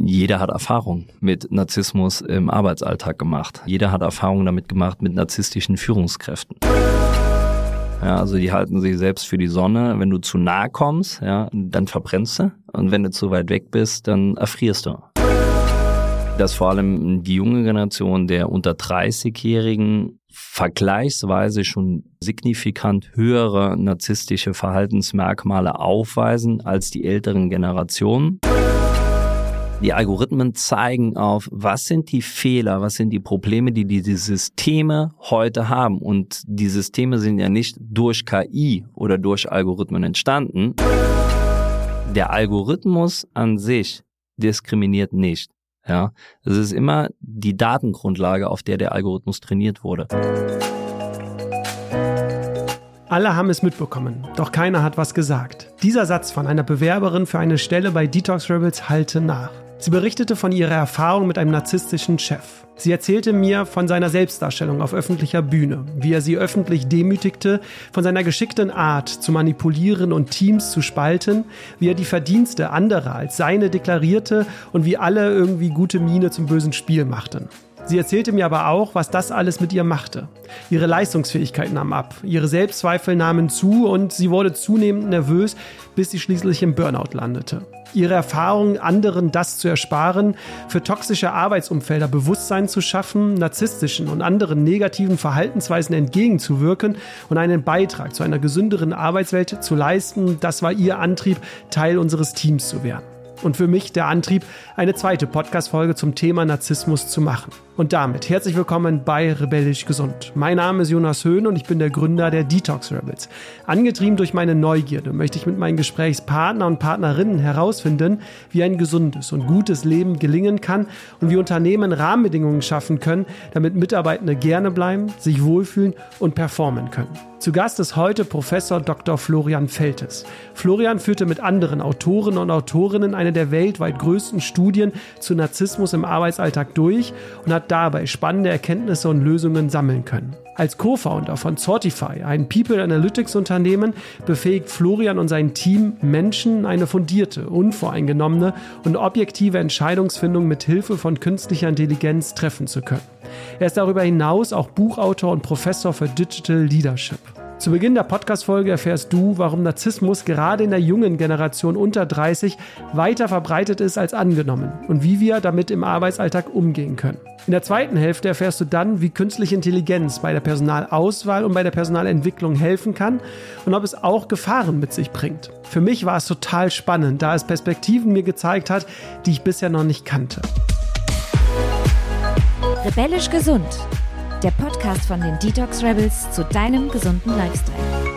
Jeder hat Erfahrung mit Narzissmus im Arbeitsalltag gemacht. Jeder hat Erfahrung damit gemacht mit narzisstischen Führungskräften. Ja, also die halten sich selbst für die Sonne. Wenn du zu nahe kommst, ja, dann verbrennst du. Und wenn du zu weit weg bist, dann erfrierst du. Dass vor allem die junge Generation der unter 30-Jährigen vergleichsweise schon signifikant höhere narzisstische Verhaltensmerkmale aufweisen als die älteren Generationen. Die Algorithmen zeigen auf, was sind die Fehler, was sind die Probleme, die diese Systeme heute haben. Und die Systeme sind ja nicht durch KI oder durch Algorithmen entstanden. Der Algorithmus an sich diskriminiert nicht. Ja, es ist immer die Datengrundlage, auf der der Algorithmus trainiert wurde. Alle haben es mitbekommen, doch keiner hat was gesagt. Dieser Satz von einer Bewerberin für eine Stelle bei Detox Rebels hallte nach. Sie berichtete von ihrer Erfahrung mit einem narzisstischen Chef. Sie erzählte mir von seiner Selbstdarstellung auf öffentlicher Bühne, wie er sie öffentlich demütigte, von seiner geschickten Art zu manipulieren und Teams zu spalten, wie er die Verdienste anderer als seine deklarierte und wie alle irgendwie gute Miene zum bösen Spiel machten. Sie erzählte mir aber auch, was das alles mit ihr machte. Ihre Leistungsfähigkeit nahm ab, ihre Selbstzweifel nahmen zu und sie wurde zunehmend nervös, bis sie schließlich im Burnout landete. Ihre Erfahrung, anderen das zu ersparen, für toxische Arbeitsumfelder Bewusstsein zu schaffen, narzisstischen und anderen negativen Verhaltensweisen entgegenzuwirken und einen Beitrag zu einer gesünderen Arbeitswelt zu leisten, das war ihr Antrieb, Teil unseres Teams zu werden. Und für mich der Antrieb, eine zweite Podcast-Folge zum Thema Narzissmus zu machen. Und damit herzlich willkommen bei Rebellisch Gesund. Mein Name ist Jonas Höhn und ich bin der Gründer der Detox Rebels. Angetrieben durch meine Neugierde möchte ich mit meinen Gesprächspartner und Partnerinnen herausfinden, wie ein gesundes und gutes Leben gelingen kann und wie Unternehmen Rahmenbedingungen schaffen können, damit Mitarbeitende gerne bleiben, sich wohlfühlen und performen können. Zu Gast ist heute Professor Dr. Florian Feltes. Florian führte mit anderen Autoren und Autorinnen eine der weltweit größten Studien zu Narzissmus im Arbeitsalltag durch und hat dabei spannende Erkenntnisse und Lösungen sammeln können. Als Co-Founder von Sortify, ein People Analytics Unternehmen, befähigt Florian und sein Team Menschen, eine fundierte, unvoreingenommene und objektive Entscheidungsfindung mit Hilfe von künstlicher Intelligenz treffen zu können. Er ist darüber hinaus auch Buchautor und Professor für Digital Leadership. Zu Beginn der Podcast-Folge erfährst du, warum Narzissmus gerade in der jungen Generation unter 30 weiter verbreitet ist als angenommen und wie wir damit im Arbeitsalltag umgehen können. In der zweiten Hälfte erfährst du dann, wie künstliche Intelligenz bei der Personalauswahl und bei der Personalentwicklung helfen kann und ob es auch Gefahren mit sich bringt. Für mich war es total spannend, da es Perspektiven mir gezeigt hat, die ich bisher noch nicht kannte. Rebellisch Gesund. Der Podcast von den Detox Rebels zu deinem gesunden Lifestyle.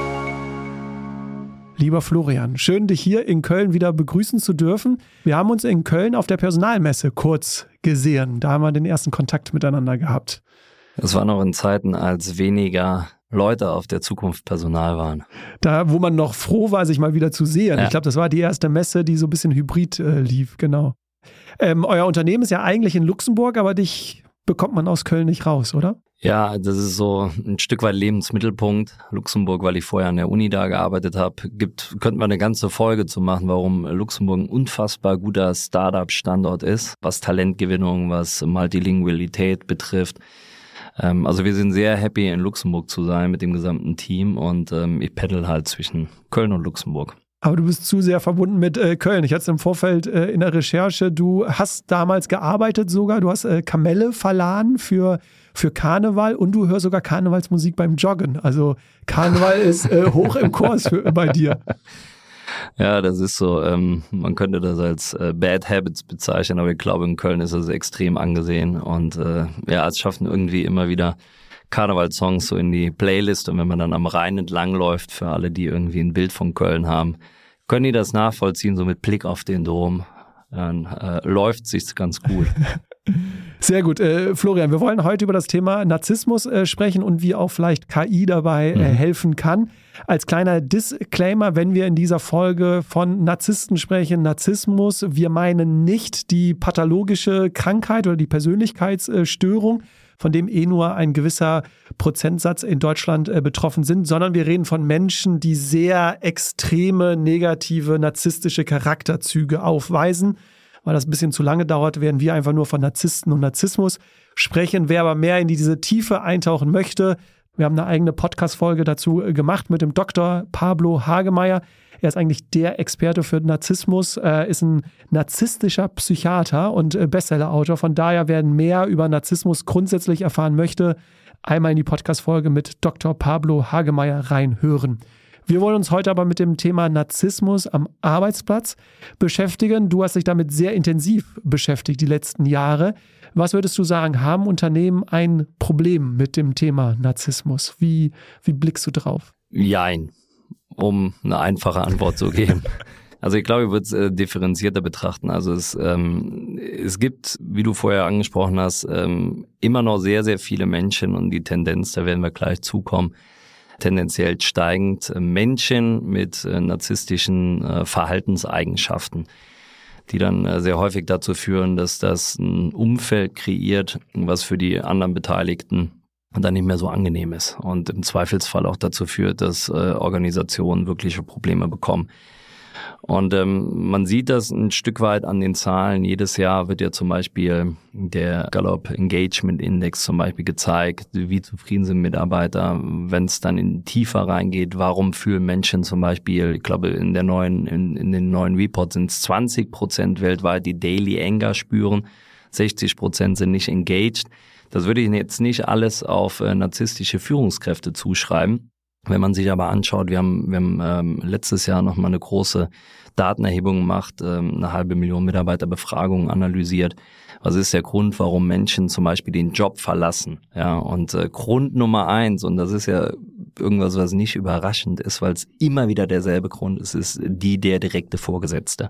Lieber Florian, schön, dich hier in Köln wieder begrüßen zu dürfen. Wir haben uns in Köln auf der Personalmesse kurz gesehen. Da haben wir den ersten Kontakt miteinander gehabt. Das war noch in Zeiten, als weniger Leute auf der Zukunft Personal waren. Da, wo man noch froh war, sich mal wieder zu sehen. Ja. Ich glaube, das war die erste Messe, die so ein bisschen hybrid lief, genau. Euer Unternehmen ist ja eigentlich in Luxemburg, aber dich bekommt man aus Köln nicht raus, oder? Ja, das ist so ein Stück weit Lebensmittelpunkt. Luxemburg, weil ich vorher an der Uni da gearbeitet habe, könnte man eine ganze Folge zu machen, warum Luxemburg ein unfassbar guter Startup-Standort ist, was Talentgewinnung, was Multilingualität betrifft. Also wir sind sehr happy, in Luxemburg zu sein mit dem gesamten Team und ich pendel halt zwischen Köln und Luxemburg. Aber du bist zu sehr verbunden mit Köln. Ich hatte es im Vorfeld in der Recherche, du hast damals gearbeitet sogar, du hast Kamelle verladen für Karneval und du hörst sogar Karnevalsmusik beim Joggen. Also Karneval ist hoch im Kurs bei dir. Ja, das ist so, man könnte das als Bad Habits bezeichnen, aber ich glaube, in Köln ist das extrem angesehen und es schaffen irgendwie immer wieder Karnevalssongs so in die Playlist und wenn man dann am Rhein entlang läuft, für alle, die irgendwie ein Bild von Köln haben, können die das nachvollziehen, so mit Blick auf den Dom, dann läuft sich's ganz gut. Sehr gut. Florian, wir wollen heute über das Thema Narzissmus sprechen und wie auch vielleicht KI dabei helfen kann. Als kleiner Disclaimer, wenn wir in dieser Folge von Narzissten sprechen, Narzissmus, wir meinen nicht die pathologische Krankheit oder die Persönlichkeitsstörung, von dem nur ein gewisser Prozentsatz in Deutschland betroffen sind, sondern wir reden von Menschen, die sehr extreme, negative, narzisstische Charakterzüge aufweisen. weil das ein bisschen zu lange dauert, werden wir einfach nur von Narzissten und Narzissmus sprechen. Wer aber mehr in diese Tiefe eintauchen möchte, wir haben eine eigene Podcast-Folge dazu gemacht mit dem Dr. Pablo Hagemeyer. Er ist eigentlich der Experte für Narzissmus, ist ein narzisstischer Psychiater und Bestseller-Autor. Von daher, wer mehr über Narzissmus grundsätzlich erfahren möchte, einmal in die Podcast-Folge mit Dr. Pablo Hagemeyer reinhören. Wir wollen uns heute aber mit dem Thema Narzissmus am Arbeitsplatz beschäftigen. Du hast dich damit sehr intensiv beschäftigt die letzten Jahre. Was würdest du sagen, haben Unternehmen ein Problem mit dem Thema Narzissmus? Wie blickst du drauf? Jein, um eine einfache Antwort zu geben. Also ich glaube, ich würde es differenzierter betrachten. Also es gibt, wie du vorher angesprochen hast, immer noch sehr, sehr viele Menschen und die Tendenz, da werden wir gleich zukommen, tendenziell steigend Menschen mit narzisstischen Verhaltenseigenschaften, die dann sehr häufig dazu führen, dass das ein Umfeld kreiert, was für die anderen Beteiligten dann nicht mehr so angenehm ist und im Zweifelsfall auch dazu führt, dass Organisationen wirkliche Probleme bekommen. Und man sieht das ein Stück weit an den Zahlen. Jedes Jahr wird ja zum Beispiel der Gallup Engagement Index zum Beispiel gezeigt, wie zufrieden sind Mitarbeiter, wenn es dann in tiefer reingeht, warum fühlen Menschen zum Beispiel, ich glaube in den neuen Reports sind es 20% weltweit, die Daily Anger spüren, 60% sind nicht engaged. Das würde ich jetzt nicht alles auf narzisstische Führungskräfte zuschreiben. Wenn man sich aber anschaut, wir haben letztes Jahr nochmal eine große Datenerhebung gemacht, 500.000 Mitarbeiterbefragungen analysiert. Was ist der Grund, warum Menschen zum Beispiel den Job verlassen? Ja, und Grund Nummer 1, und das ist ja irgendwas, was nicht überraschend ist, weil es immer wieder derselbe Grund ist, ist der direkte Vorgesetzte.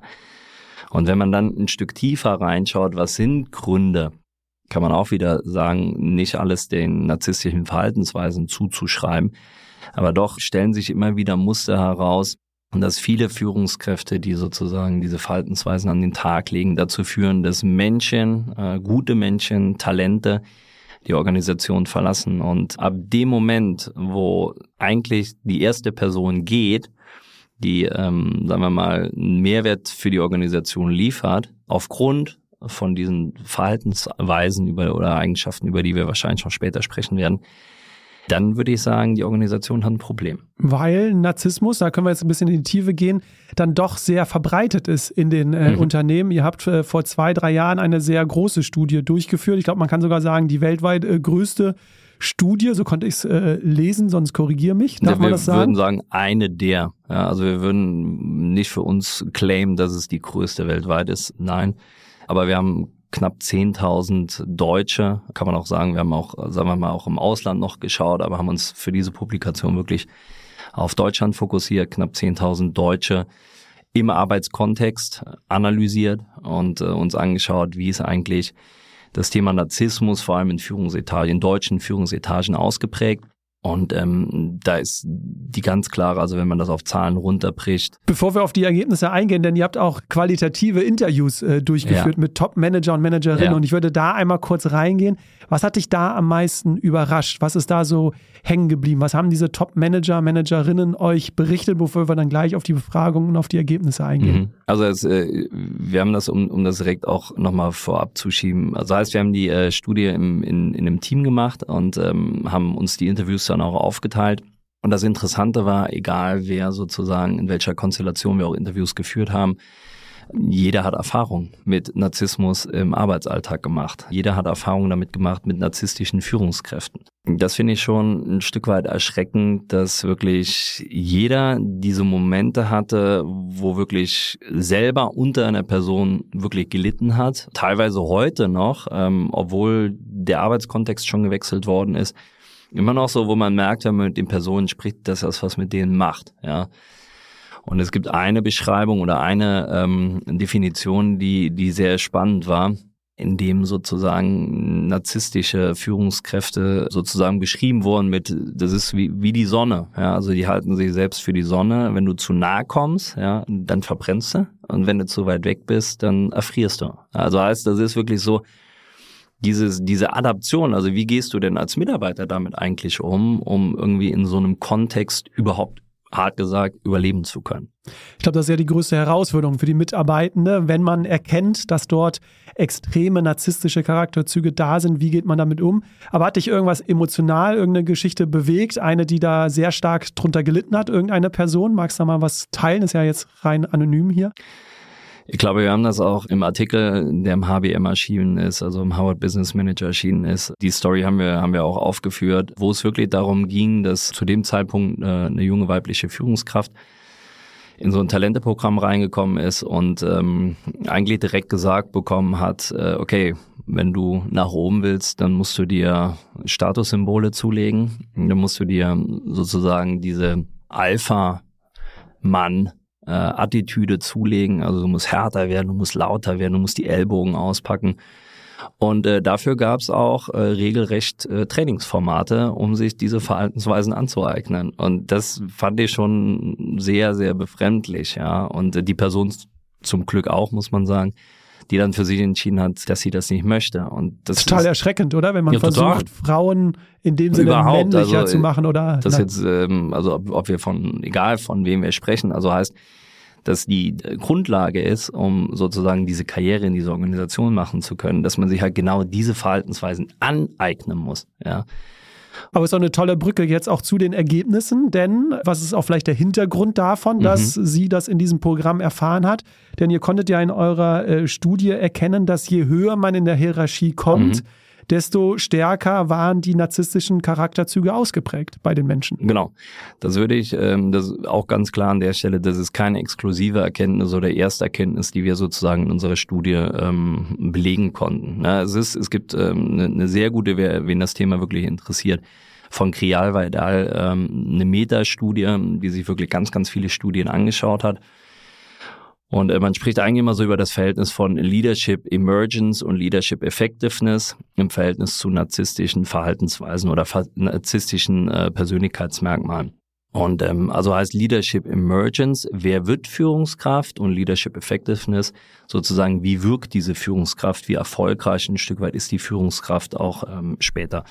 Und wenn man dann ein Stück tiefer reinschaut, was sind Gründe, kann man auch wieder sagen, nicht alles den narzisstischen Verhaltensweisen zuzuschreiben. Aber doch stellen sich immer wieder Muster heraus, dass viele Führungskräfte, die sozusagen diese Verhaltensweisen an den Tag legen, dazu führen, dass Menschen, gute Menschen, Talente, die Organisation verlassen. Und ab dem Moment, wo eigentlich die erste Person geht, die, sagen wir mal, einen Mehrwert für die Organisation liefert, aufgrund von diesen Verhaltensweisen oder Eigenschaften, über die wir wahrscheinlich noch später sprechen werden, dann würde ich sagen, die Organisation hat ein Problem. Weil Narzissmus, da können wir jetzt ein bisschen in die Tiefe gehen, dann doch sehr verbreitet ist in den Unternehmen. Ihr habt vor 2-3 Jahren eine sehr große Studie durchgeführt. Ich glaube, man kann sogar sagen, die weltweit größte Studie, so konnte ich es lesen, sonst korrigiere mich. Darf man das sagen? Wir würden sagen, eine der. Ja, also wir würden nicht für uns claimen, dass es die größte weltweit ist. Nein, aber wir haben knapp 10.000 Deutsche, kann man auch sagen, wir haben auch, sagen wir mal, auch im Ausland noch geschaut, aber haben uns für diese Publikation wirklich auf Deutschland fokussiert, knapp 10.000 Deutsche im Arbeitskontext analysiert und uns angeschaut, wie ist eigentlich das Thema Narzissmus vor allem in Führungsetagen, in deutschen Führungsetagen ausgeprägt. Und da ist die ganz klare, also wenn man das auf Zahlen runterbricht. Bevor wir auf die Ergebnisse eingehen, denn ihr habt auch qualitative Interviews durchgeführt mit Top-Manager und Managerinnen und ich würde da einmal kurz reingehen. Was hat dich da am meisten überrascht? Was ist da so hängen geblieben? Was haben diese Top-Manager, Managerinnen euch berichtet, bevor wir dann gleich auf die Befragungen und auf die Ergebnisse eingehen? Also wir haben das, um das direkt auch nochmal vorab zu schieben. Also heißt, wir haben die Studie in einem Team gemacht und haben uns die Interviews dann auch aufgeteilt. Und das Interessante war, egal wer sozusagen, in welcher Konstellation wir auch Interviews geführt haben, jeder hat Erfahrung mit Narzissmus im Arbeitsalltag gemacht. Jeder hat Erfahrung damit gemacht mit narzisstischen Führungskräften. Das finde ich schon ein Stück weit erschreckend, dass wirklich jeder diese Momente hatte, wo wirklich selber unter einer Person wirklich gelitten hat. Teilweise heute noch, obwohl der Arbeitskontext schon gewechselt worden ist, immer noch so, wo man merkt, wenn man mit den Personen spricht, dass das was mit denen macht, ja. Und es gibt eine Beschreibung oder eine Definition, die sehr spannend war, in dem sozusagen narzisstische Führungskräfte sozusagen beschrieben wurden mit, das ist wie die Sonne, ja, also die halten sich selbst für die Sonne. Wenn du zu nah kommst, ja, dann verbrennst du, und wenn du zu weit weg bist, dann erfrierst du. Also heißt, das ist wirklich so, diese Adaption, also wie gehst du denn als Mitarbeiter damit eigentlich um irgendwie in so einem Kontext überhaupt hart gesagt, überleben zu können. Ich glaube, das ist ja die größte Herausforderung für die Mitarbeitende, wenn man erkennt, dass dort extreme narzisstische Charakterzüge da sind. Wie geht man damit um? Aber hat dich irgendwas emotional, irgendeine Geschichte bewegt? Eine, die da sehr stark drunter gelitten hat, irgendeine Person? Magst du da mal was teilen? Ist ja jetzt rein anonym hier. Ich glaube, wir haben das auch im Artikel, der im HBM erschienen ist, also im Harvard Business Manager erschienen ist. Die Story haben wir auch aufgeführt, wo es wirklich darum ging, dass zu dem Zeitpunkt eine junge weibliche Führungskraft in so ein Talenteprogramm reingekommen ist und eigentlich direkt gesagt bekommen hat, okay, wenn du nach oben willst, dann musst du dir Statussymbole zulegen. Dann musst du dir sozusagen diese Alpha-Mann Attitüde zulegen, also du musst härter werden, du musst lauter werden, du musst die Ellbogen auspacken. Und dafür gab es auch regelrecht Trainingsformate, um sich diese Verhaltensweisen anzueignen. Und das fand ich schon sehr, sehr befremdlich, ja. Und die Person zum Glück auch, muss man sagen, die dann für sich entschieden hat, dass sie das nicht möchte. Und das total erschreckend, oder? Wenn man versucht, Frauen in dem Sinne männlicher zu machen, oder? Das jetzt, also ob wir egal von wem wir sprechen, also heißt, dass die Grundlage ist, um sozusagen diese Karriere in dieser Organisation machen zu können, dass man sich halt genau diese Verhaltensweisen aneignen muss, ja. Aber es ist auch eine tolle Brücke jetzt auch zu den Ergebnissen, denn was ist auch vielleicht der Hintergrund davon, dass sie das in diesem Programm erfahren hat? Denn ihr konntet ja in eurer Studie erkennen, dass je höher man in der Hierarchie kommt, desto stärker waren die narzisstischen Charakterzüge ausgeprägt bei den Menschen. Genau. Das würde ich, das ist auch ganz klar an der Stelle, das ist keine exklusive Erkenntnis oder erste Erkenntnis, die wir sozusagen in unserer Studie belegen konnten. Ja, es gibt eine sehr gute, wen das Thema wirklich interessiert, von Krial Weidal, eine Metastudie, die sich wirklich ganz, ganz viele Studien angeschaut hat. Und man spricht eigentlich immer so über das Verhältnis von Leadership Emergence und Leadership Effectiveness im Verhältnis zu narzisstischen Verhaltensweisen oder narzisstischen Persönlichkeitsmerkmalen. Und also heißt Leadership Emergence, wer wird Führungskraft, und Leadership Effectiveness sozusagen, wie wirkt diese Führungskraft, wie erfolgreich ein Stück weit ist die Führungskraft auch später.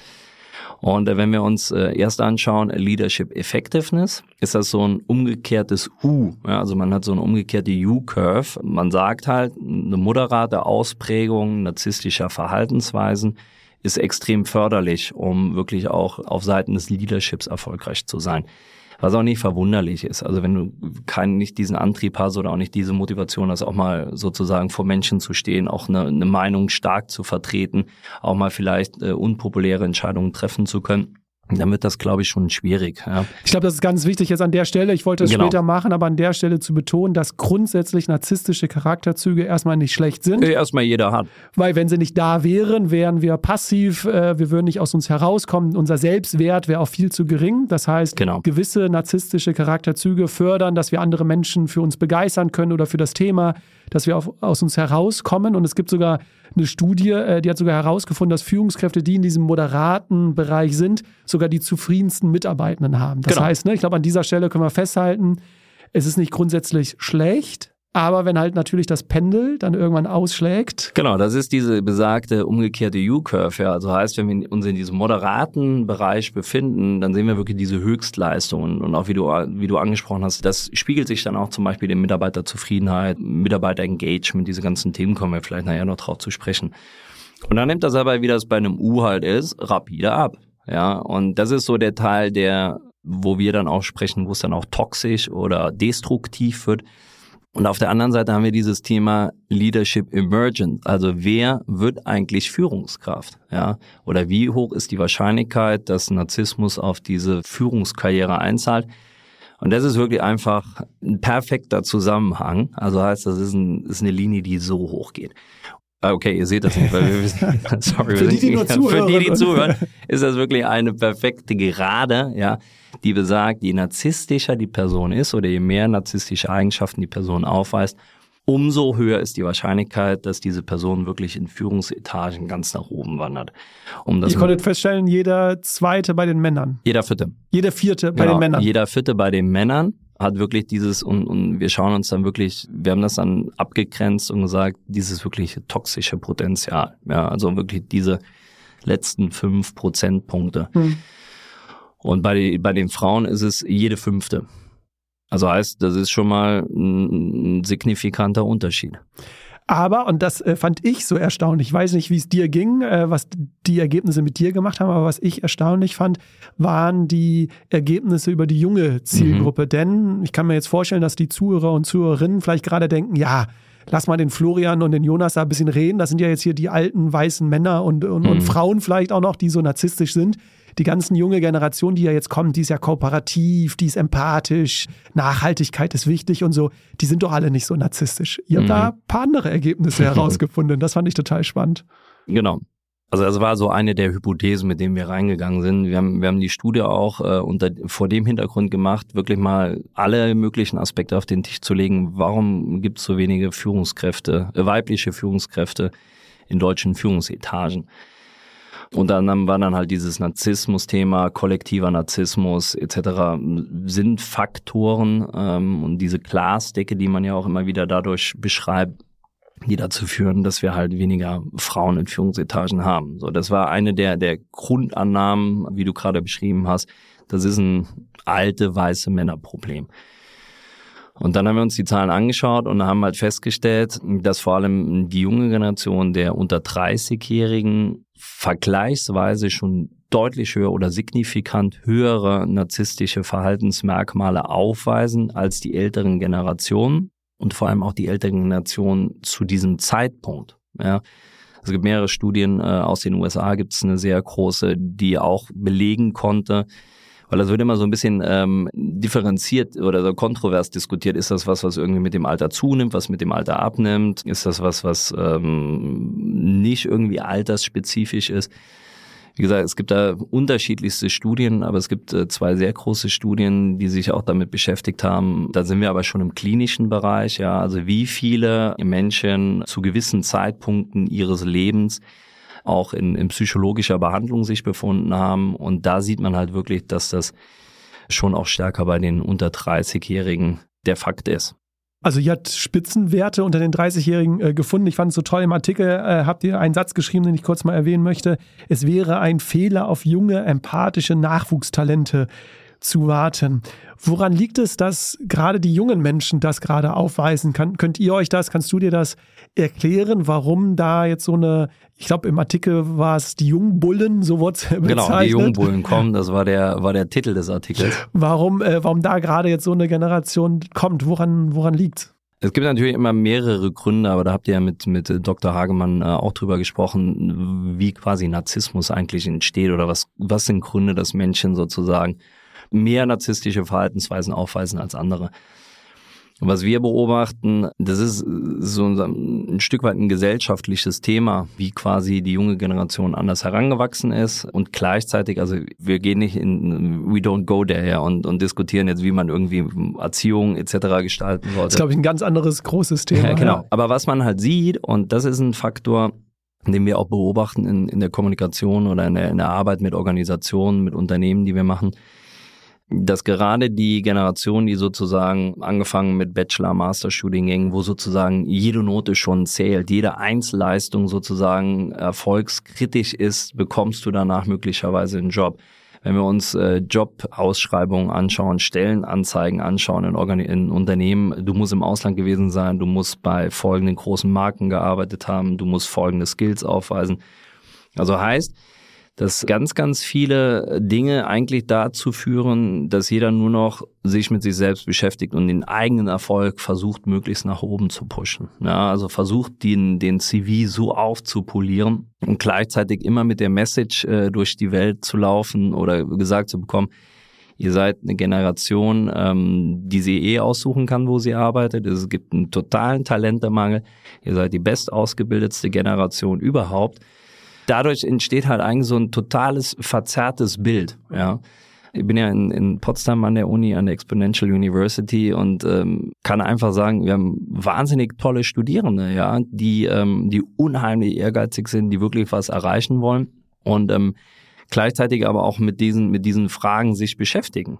Und wenn wir uns erst anschauen, Leadership Effectiveness, ist das so ein umgekehrtes U. Ja, also man hat so eine umgekehrte U-Curve. Man sagt halt, eine moderate Ausprägung narzisstischer Verhaltensweisen ist extrem förderlich, um wirklich auch auf Seiten des Leaderships erfolgreich zu sein. Was auch nicht verwunderlich ist. Also wenn du nicht diesen Antrieb hast oder auch nicht diese Motivation hast, auch mal sozusagen vor Menschen zu stehen, auch eine Meinung stark zu vertreten, auch mal vielleicht unpopuläre Entscheidungen treffen zu können, dann wird das, glaube ich, schon schwierig. Ja. Ich glaube, das ist ganz wichtig jetzt an der Stelle. Ich wollte es später machen, aber an der Stelle zu betonen, dass grundsätzlich narzisstische Charakterzüge erstmal nicht schlecht sind. Erstmal jeder hat. Weil wenn sie nicht da wären, wären wir passiv, wir würden nicht aus uns herauskommen. Unser Selbstwert wäre auch viel zu gering. Das heißt, gewisse narzisstische Charakterzüge fördern, dass wir andere Menschen für uns begeistern können oder für das Thema, dass wir aus uns herauskommen. Und es gibt sogar eine Studie, die hat sogar herausgefunden, dass Führungskräfte, die in diesem moderaten Bereich sind, sogar die zufriedensten Mitarbeitenden haben. Das heißt, ich glaube, an dieser Stelle können wir festhalten, es ist nicht grundsätzlich schlecht, aber wenn halt natürlich das Pendel dann irgendwann ausschlägt. Genau, das ist diese besagte umgekehrte U-Curve. Ja. Also heißt, wenn wir uns in diesem moderaten Bereich befinden, dann sehen wir wirklich diese Höchstleistungen. Und auch wie du angesprochen hast, das spiegelt sich dann auch zum Beispiel in Mitarbeiterzufriedenheit, Mitarbeiterengagement, diese ganzen Themen kommen wir vielleicht nachher noch drauf zu sprechen. Und dann nimmt das aber, wie das bei einem U halt ist, rapide ab. Ja, und das ist so der Teil, wo wir dann auch sprechen, wo es dann auch toxisch oder destruktiv wird. Und auf der anderen Seite haben wir dieses Thema Leadership Emergence. Also wer wird eigentlich Führungskraft? Ja? Oder wie hoch ist die Wahrscheinlichkeit, dass Narzissmus auf diese Führungskarriere einzahlt? Und das ist wirklich einfach ein perfekter Zusammenhang. Also heißt, das ist eine Linie, die so hoch geht. Okay, ihr seht das nicht, weil wir wissen, sorry, für die zuhören, ist das wirklich eine perfekte Gerade, ja, die besagt, je narzisstischer die Person ist oder je mehr narzisstische Eigenschaften die Person aufweist, umso höher ist die Wahrscheinlichkeit, dass diese Person wirklich in Führungsetagen ganz nach oben wandert. Ihr konntet feststellen, jeder Zweite bei den Männern. Jeder Vierte. Jeder Vierte bei den Männern. Jeder Vierte bei den Männern hat wirklich dieses, und wir schauen uns dann wirklich, wir haben das dann abgegrenzt und gesagt, dieses wirklich toxische Potenzial. Ja, also wirklich diese letzten 5 Prozentpunkte. Und bei den Frauen ist es jede 5. Also heißt, das ist schon mal ein signifikanter Unterschied. Aber, und das fand ich so erstaunlich, ich weiß nicht, wie es dir ging, was die Ergebnisse mit dir gemacht haben, aber was ich erstaunlich fand, waren die Ergebnisse über die junge Zielgruppe. Denn ich kann mir jetzt vorstellen, dass die Zuhörer und Zuhörerinnen vielleicht gerade denken, ja, lass mal den Florian und den Jonas da ein bisschen reden. Das sind ja jetzt hier die alten weißen Männer und Frauen vielleicht auch noch, die so narzisstisch sind. Die ganzen junge Generation, die ja jetzt kommt, die ist ja kooperativ, die ist empathisch, Nachhaltigkeit ist wichtig und so. Die sind doch alle nicht so narzisstisch. Ihr habt da ein paar andere Ergebnisse herausgefunden. Das fand ich total spannend. Genau. Also das war so eine der Hypothesen, mit denen wir reingegangen sind. Wir haben die Studie auch vor dem Hintergrund gemacht, wirklich mal alle möglichen Aspekte auf den Tisch zu legen. Warum gibt es so wenige Führungskräfte, weibliche Führungskräfte in deutschen Führungsetagen? Und dann war dann halt dieses Narzissmus-Thema, kollektiver Narzissmus etc. sind Faktoren und diese Glasdecke, die man ja auch immer wieder dadurch beschreibt, die dazu führen, dass wir halt weniger Frauen in Führungsetagen haben. So, das war eine der Grundannahmen, wie du gerade beschrieben hast. Das ist ein alte weiße Männerproblem. Und dann haben wir uns die Zahlen angeschaut und haben halt festgestellt, dass vor allem die junge Generation der unter 30-Jährigen vergleichsweise schon deutlich höher oder signifikant höhere narzisstische Verhaltensmerkmale aufweisen als die älteren Generationen und vor allem auch die älteren Generationen zu diesem Zeitpunkt. Ja. Es gibt mehrere Studien aus den USA, gibt es eine sehr große, die auch belegen konnte, weil das wird immer so ein bisschen differenziert oder so kontrovers diskutiert. Ist das was irgendwie mit dem Alter zunimmt, was mit dem Alter abnimmt? Ist das was nicht irgendwie altersspezifisch ist? Wie gesagt, es gibt da unterschiedlichste Studien, aber es gibt 2 sehr große Studien, die sich auch damit beschäftigt haben. Da sind wir aber schon im klinischen Bereich, ja, also wie viele Menschen zu gewissen Zeitpunkten ihres Lebens auch in psychologischer Behandlung sich befunden haben. Und da sieht man halt wirklich, dass das schon auch stärker bei den unter 30-Jährigen der Fakt ist. Also ihr habt Spitzenwerte unter den 30-Jährigen gefunden. Ich fand es so toll, im Artikel habt ihr einen Satz geschrieben, den ich kurz mal erwähnen möchte. Es wäre ein Fehler, auf junge, empathische Nachwuchstalente zu warten. Woran liegt es, dass gerade die jungen Menschen das gerade aufweisen? Kannst du dir das erklären, warum da jetzt so eine, ich glaube im Artikel war es die Jungbullen, so wurde es bezeichnet. Genau, die Jungbullen kommen, das war der Titel des Artikels. Warum da gerade jetzt so eine Generation kommt? Woran liegt's? Es gibt natürlich immer mehrere Gründe, aber da habt ihr ja mit Dr. Hagemann auch drüber gesprochen, wie quasi Narzissmus eigentlich entsteht oder was sind Gründe, dass Menschen sozusagen mehr narzisstische Verhaltensweisen aufweisen als andere. Und was wir beobachten, das ist so ein Stück weit ein gesellschaftliches Thema, wie quasi die junge Generation anders herangewachsen ist und gleichzeitig, also wir gehen nicht we don't go there ja, und diskutieren jetzt, wie man irgendwie Erziehung etc. gestalten sollte. Das ist, glaube ich, ein ganz anderes großes Thema. Ja, genau. Ja. Aber was man halt sieht, und das ist ein Faktor, den wir auch beobachten in der Kommunikation oder in der Arbeit mit Organisationen, mit Unternehmen, die wir machen, dass gerade die Generation, die sozusagen angefangen mit Bachelor-, Master-Studiengängen, wo sozusagen jede Note schon zählt, jede Einzelleistung sozusagen erfolgskritisch ist, bekommst du danach möglicherweise einen Job. Wenn wir uns Jobausschreibungen anschauen, Stellenanzeigen anschauen in Unternehmen, du musst im Ausland gewesen sein, du musst bei folgenden großen Marken gearbeitet haben, du musst folgende Skills aufweisen. Also heißt, dass ganz, ganz viele Dinge eigentlich dazu führen, dass jeder nur noch sich mit sich selbst beschäftigt und den eigenen Erfolg versucht, möglichst nach oben zu pushen. Ja, also versucht, den CV so aufzupolieren und gleichzeitig immer mit der Message durch die Welt zu laufen oder gesagt zu bekommen, ihr seid eine Generation, die sie aussuchen kann, wo sie arbeitet. Es gibt einen totalen Talentemangel. Ihr seid die bestausgebildetste Generation überhaupt. Dadurch entsteht halt eigentlich so ein totales verzerrtes Bild. Ja. Ich bin ja in Potsdam an der Uni, an der Exponential University und kann einfach sagen, wir haben wahnsinnig tolle Studierende, ja, die unheimlich ehrgeizig sind, die wirklich was erreichen wollen. Und gleichzeitig aber auch mit diesen Fragen sich beschäftigen.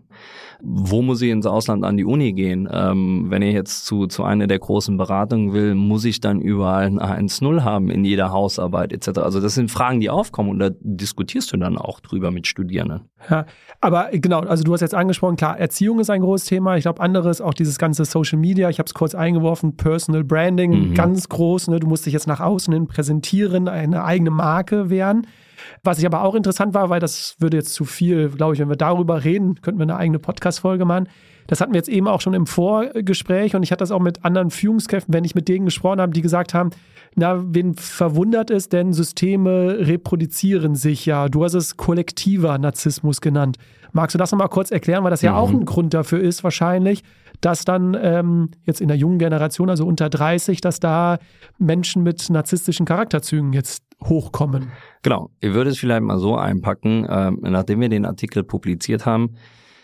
Wo muss ich ins Ausland an die Uni gehen? Wenn ich jetzt zu einer der großen Beratungen will, muss ich dann überall ein 1.0 haben in jeder Hausarbeit etc. Also das sind Fragen, die aufkommen und da diskutierst du dann auch drüber mit Studierenden. Ja, aber genau, also du hast jetzt angesprochen, klar, Erziehung ist ein großes Thema. Ich glaube, anderes, auch dieses ganze Social Media, ich habe es kurz eingeworfen, Personal Branding, ganz groß, ne? Du musst dich jetzt nach außen hin präsentieren, eine eigene Marke werden. Was ich aber auch interessant war, weil das würde jetzt zu viel, glaube ich, wenn wir darüber reden, könnten wir eine eigene Podcast-Folge machen. Das hatten wir jetzt eben auch schon im Vorgespräch und ich hatte das auch mit anderen Führungskräften, wenn ich mit denen gesprochen habe, die gesagt haben, na, wen verwundert es, denn Systeme reproduzieren sich ja. Du hast es kollektiver Narzissmus genannt. Magst du das nochmal kurz erklären, weil das ja auch ein Grund dafür ist wahrscheinlich, dass dann jetzt in der jungen Generation, also unter 30, dass da Menschen mit narzisstischen Charakterzügen jetzt hochkommen. Genau, ich würde es vielleicht mal so einpacken, nachdem wir den Artikel publiziert haben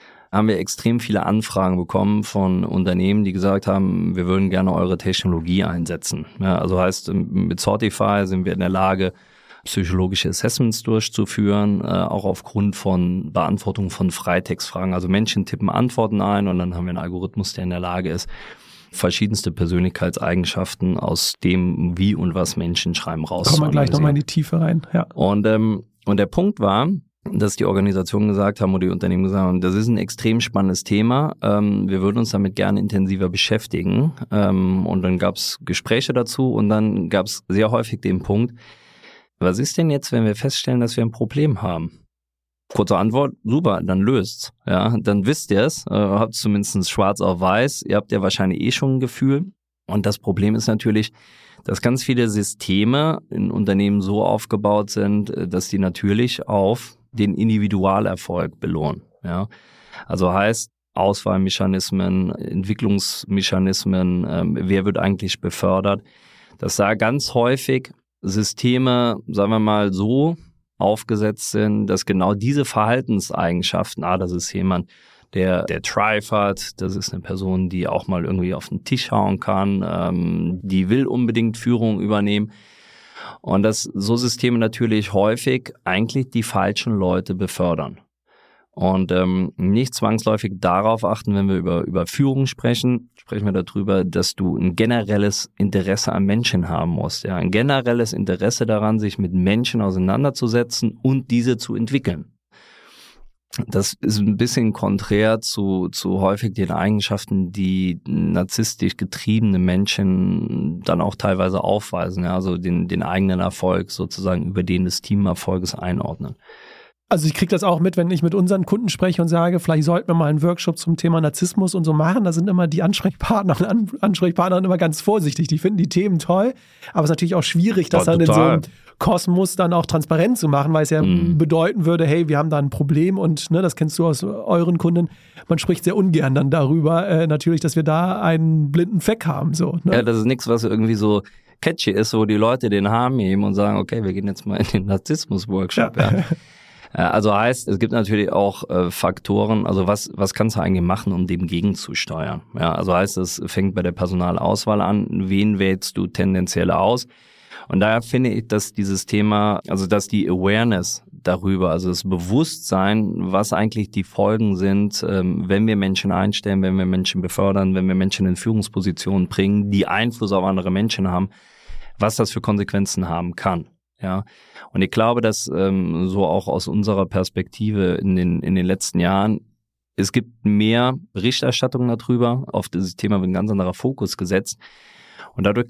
wir extrem viele Anfragen bekommen von Unternehmen, die gesagt haben, wir würden gerne eure Technologie einsetzen. Ja, also heißt, mit Sortify sind wir in der Lage, psychologische Assessments durchzuführen, auch aufgrund von Beantwortung von Freitextfragen. Also Menschen tippen Antworten ein und dann haben wir einen Algorithmus, der in der Lage ist, verschiedenste Persönlichkeitseigenschaften aus dem, wie und was Menschen schreiben, rauszuanalysieren. Kommen wir gleich nochmal in die Tiefe rein. Ja. Und der Punkt war, dass die Organisationen gesagt haben oder die Unternehmen gesagt haben, das ist ein extrem spannendes Thema, wir würden uns damit gerne intensiver beschäftigen. Und dann gab es Gespräche dazu und dann gab es sehr häufig den Punkt, was ist denn jetzt, wenn wir feststellen, dass wir ein Problem haben? Kurze Antwort, super, dann löst's. Ja, dann wisst ihr es, habt zumindest schwarz auf weiß, ihr habt ja wahrscheinlich schon ein Gefühl. Und das Problem ist natürlich, dass ganz viele Systeme in Unternehmen so aufgebaut sind, dass die natürlich auf den Individualerfolg belohnen. Ja, also heißt Auswahlmechanismen, Entwicklungsmechanismen, wer wird eigentlich befördert, dass da ganz häufig Systeme, sagen wir mal, so aufgesetzt sind, dass genau diese Verhaltenseigenschaften, das ist jemand, der Drive hat, das ist eine Person, die auch mal irgendwie auf den Tisch hauen kann, die will unbedingt Führung übernehmen und dass so Systeme natürlich häufig eigentlich die falschen Leute befördern. Und nicht zwangsläufig darauf achten, wenn wir über Führung sprechen wir darüber, dass du ein generelles Interesse an Menschen haben musst. Ja, ein generelles Interesse daran, sich mit Menschen auseinanderzusetzen und diese zu entwickeln. Das ist ein bisschen konträr zu häufig den Eigenschaften, die narzisstisch getriebene Menschen dann auch teilweise aufweisen. Ja, also den eigenen Erfolg sozusagen über den des Teamerfolges einordnen. Also ich kriege das auch mit, wenn ich mit unseren Kunden spreche und sage, vielleicht sollten wir mal einen Workshop zum Thema Narzissmus und so machen. Da sind immer die Ansprechpartner immer ganz vorsichtig. Die finden die Themen toll, aber es ist natürlich auch schwierig, das dann in so einem Kosmos dann auch transparent zu machen, weil es ja bedeuten würde, hey, wir haben da ein Problem und ne, das kennst du aus euren Kunden. Man spricht sehr ungern dann darüber, natürlich, dass wir da einen blinden Fleck haben. So, ne? Ja, das ist nichts, was irgendwie so catchy ist, wo die Leute den Arm heben und sagen, okay, wir gehen jetzt mal in den Narzissmus-Workshop. Ja. Also heißt, es gibt natürlich auch Faktoren, also was kannst du eigentlich machen, um dem gegenzusteuern? Ja, also heißt, es fängt bei der Personalauswahl an, wen wählst du tendenziell aus? Und daher finde ich, dass dieses Thema, also dass die Awareness darüber, also das Bewusstsein, was eigentlich die Folgen sind, wenn wir Menschen einstellen, wenn wir Menschen befördern, wenn wir Menschen in Führungspositionen bringen, die Einfluss auf andere Menschen haben, was das für Konsequenzen haben kann. Ja, und ich glaube, dass so auch aus unserer Perspektive in den letzten Jahren, es gibt mehr Berichterstattung darüber, auf dieses Thema wird ein ganz anderer Fokus gesetzt und dadurch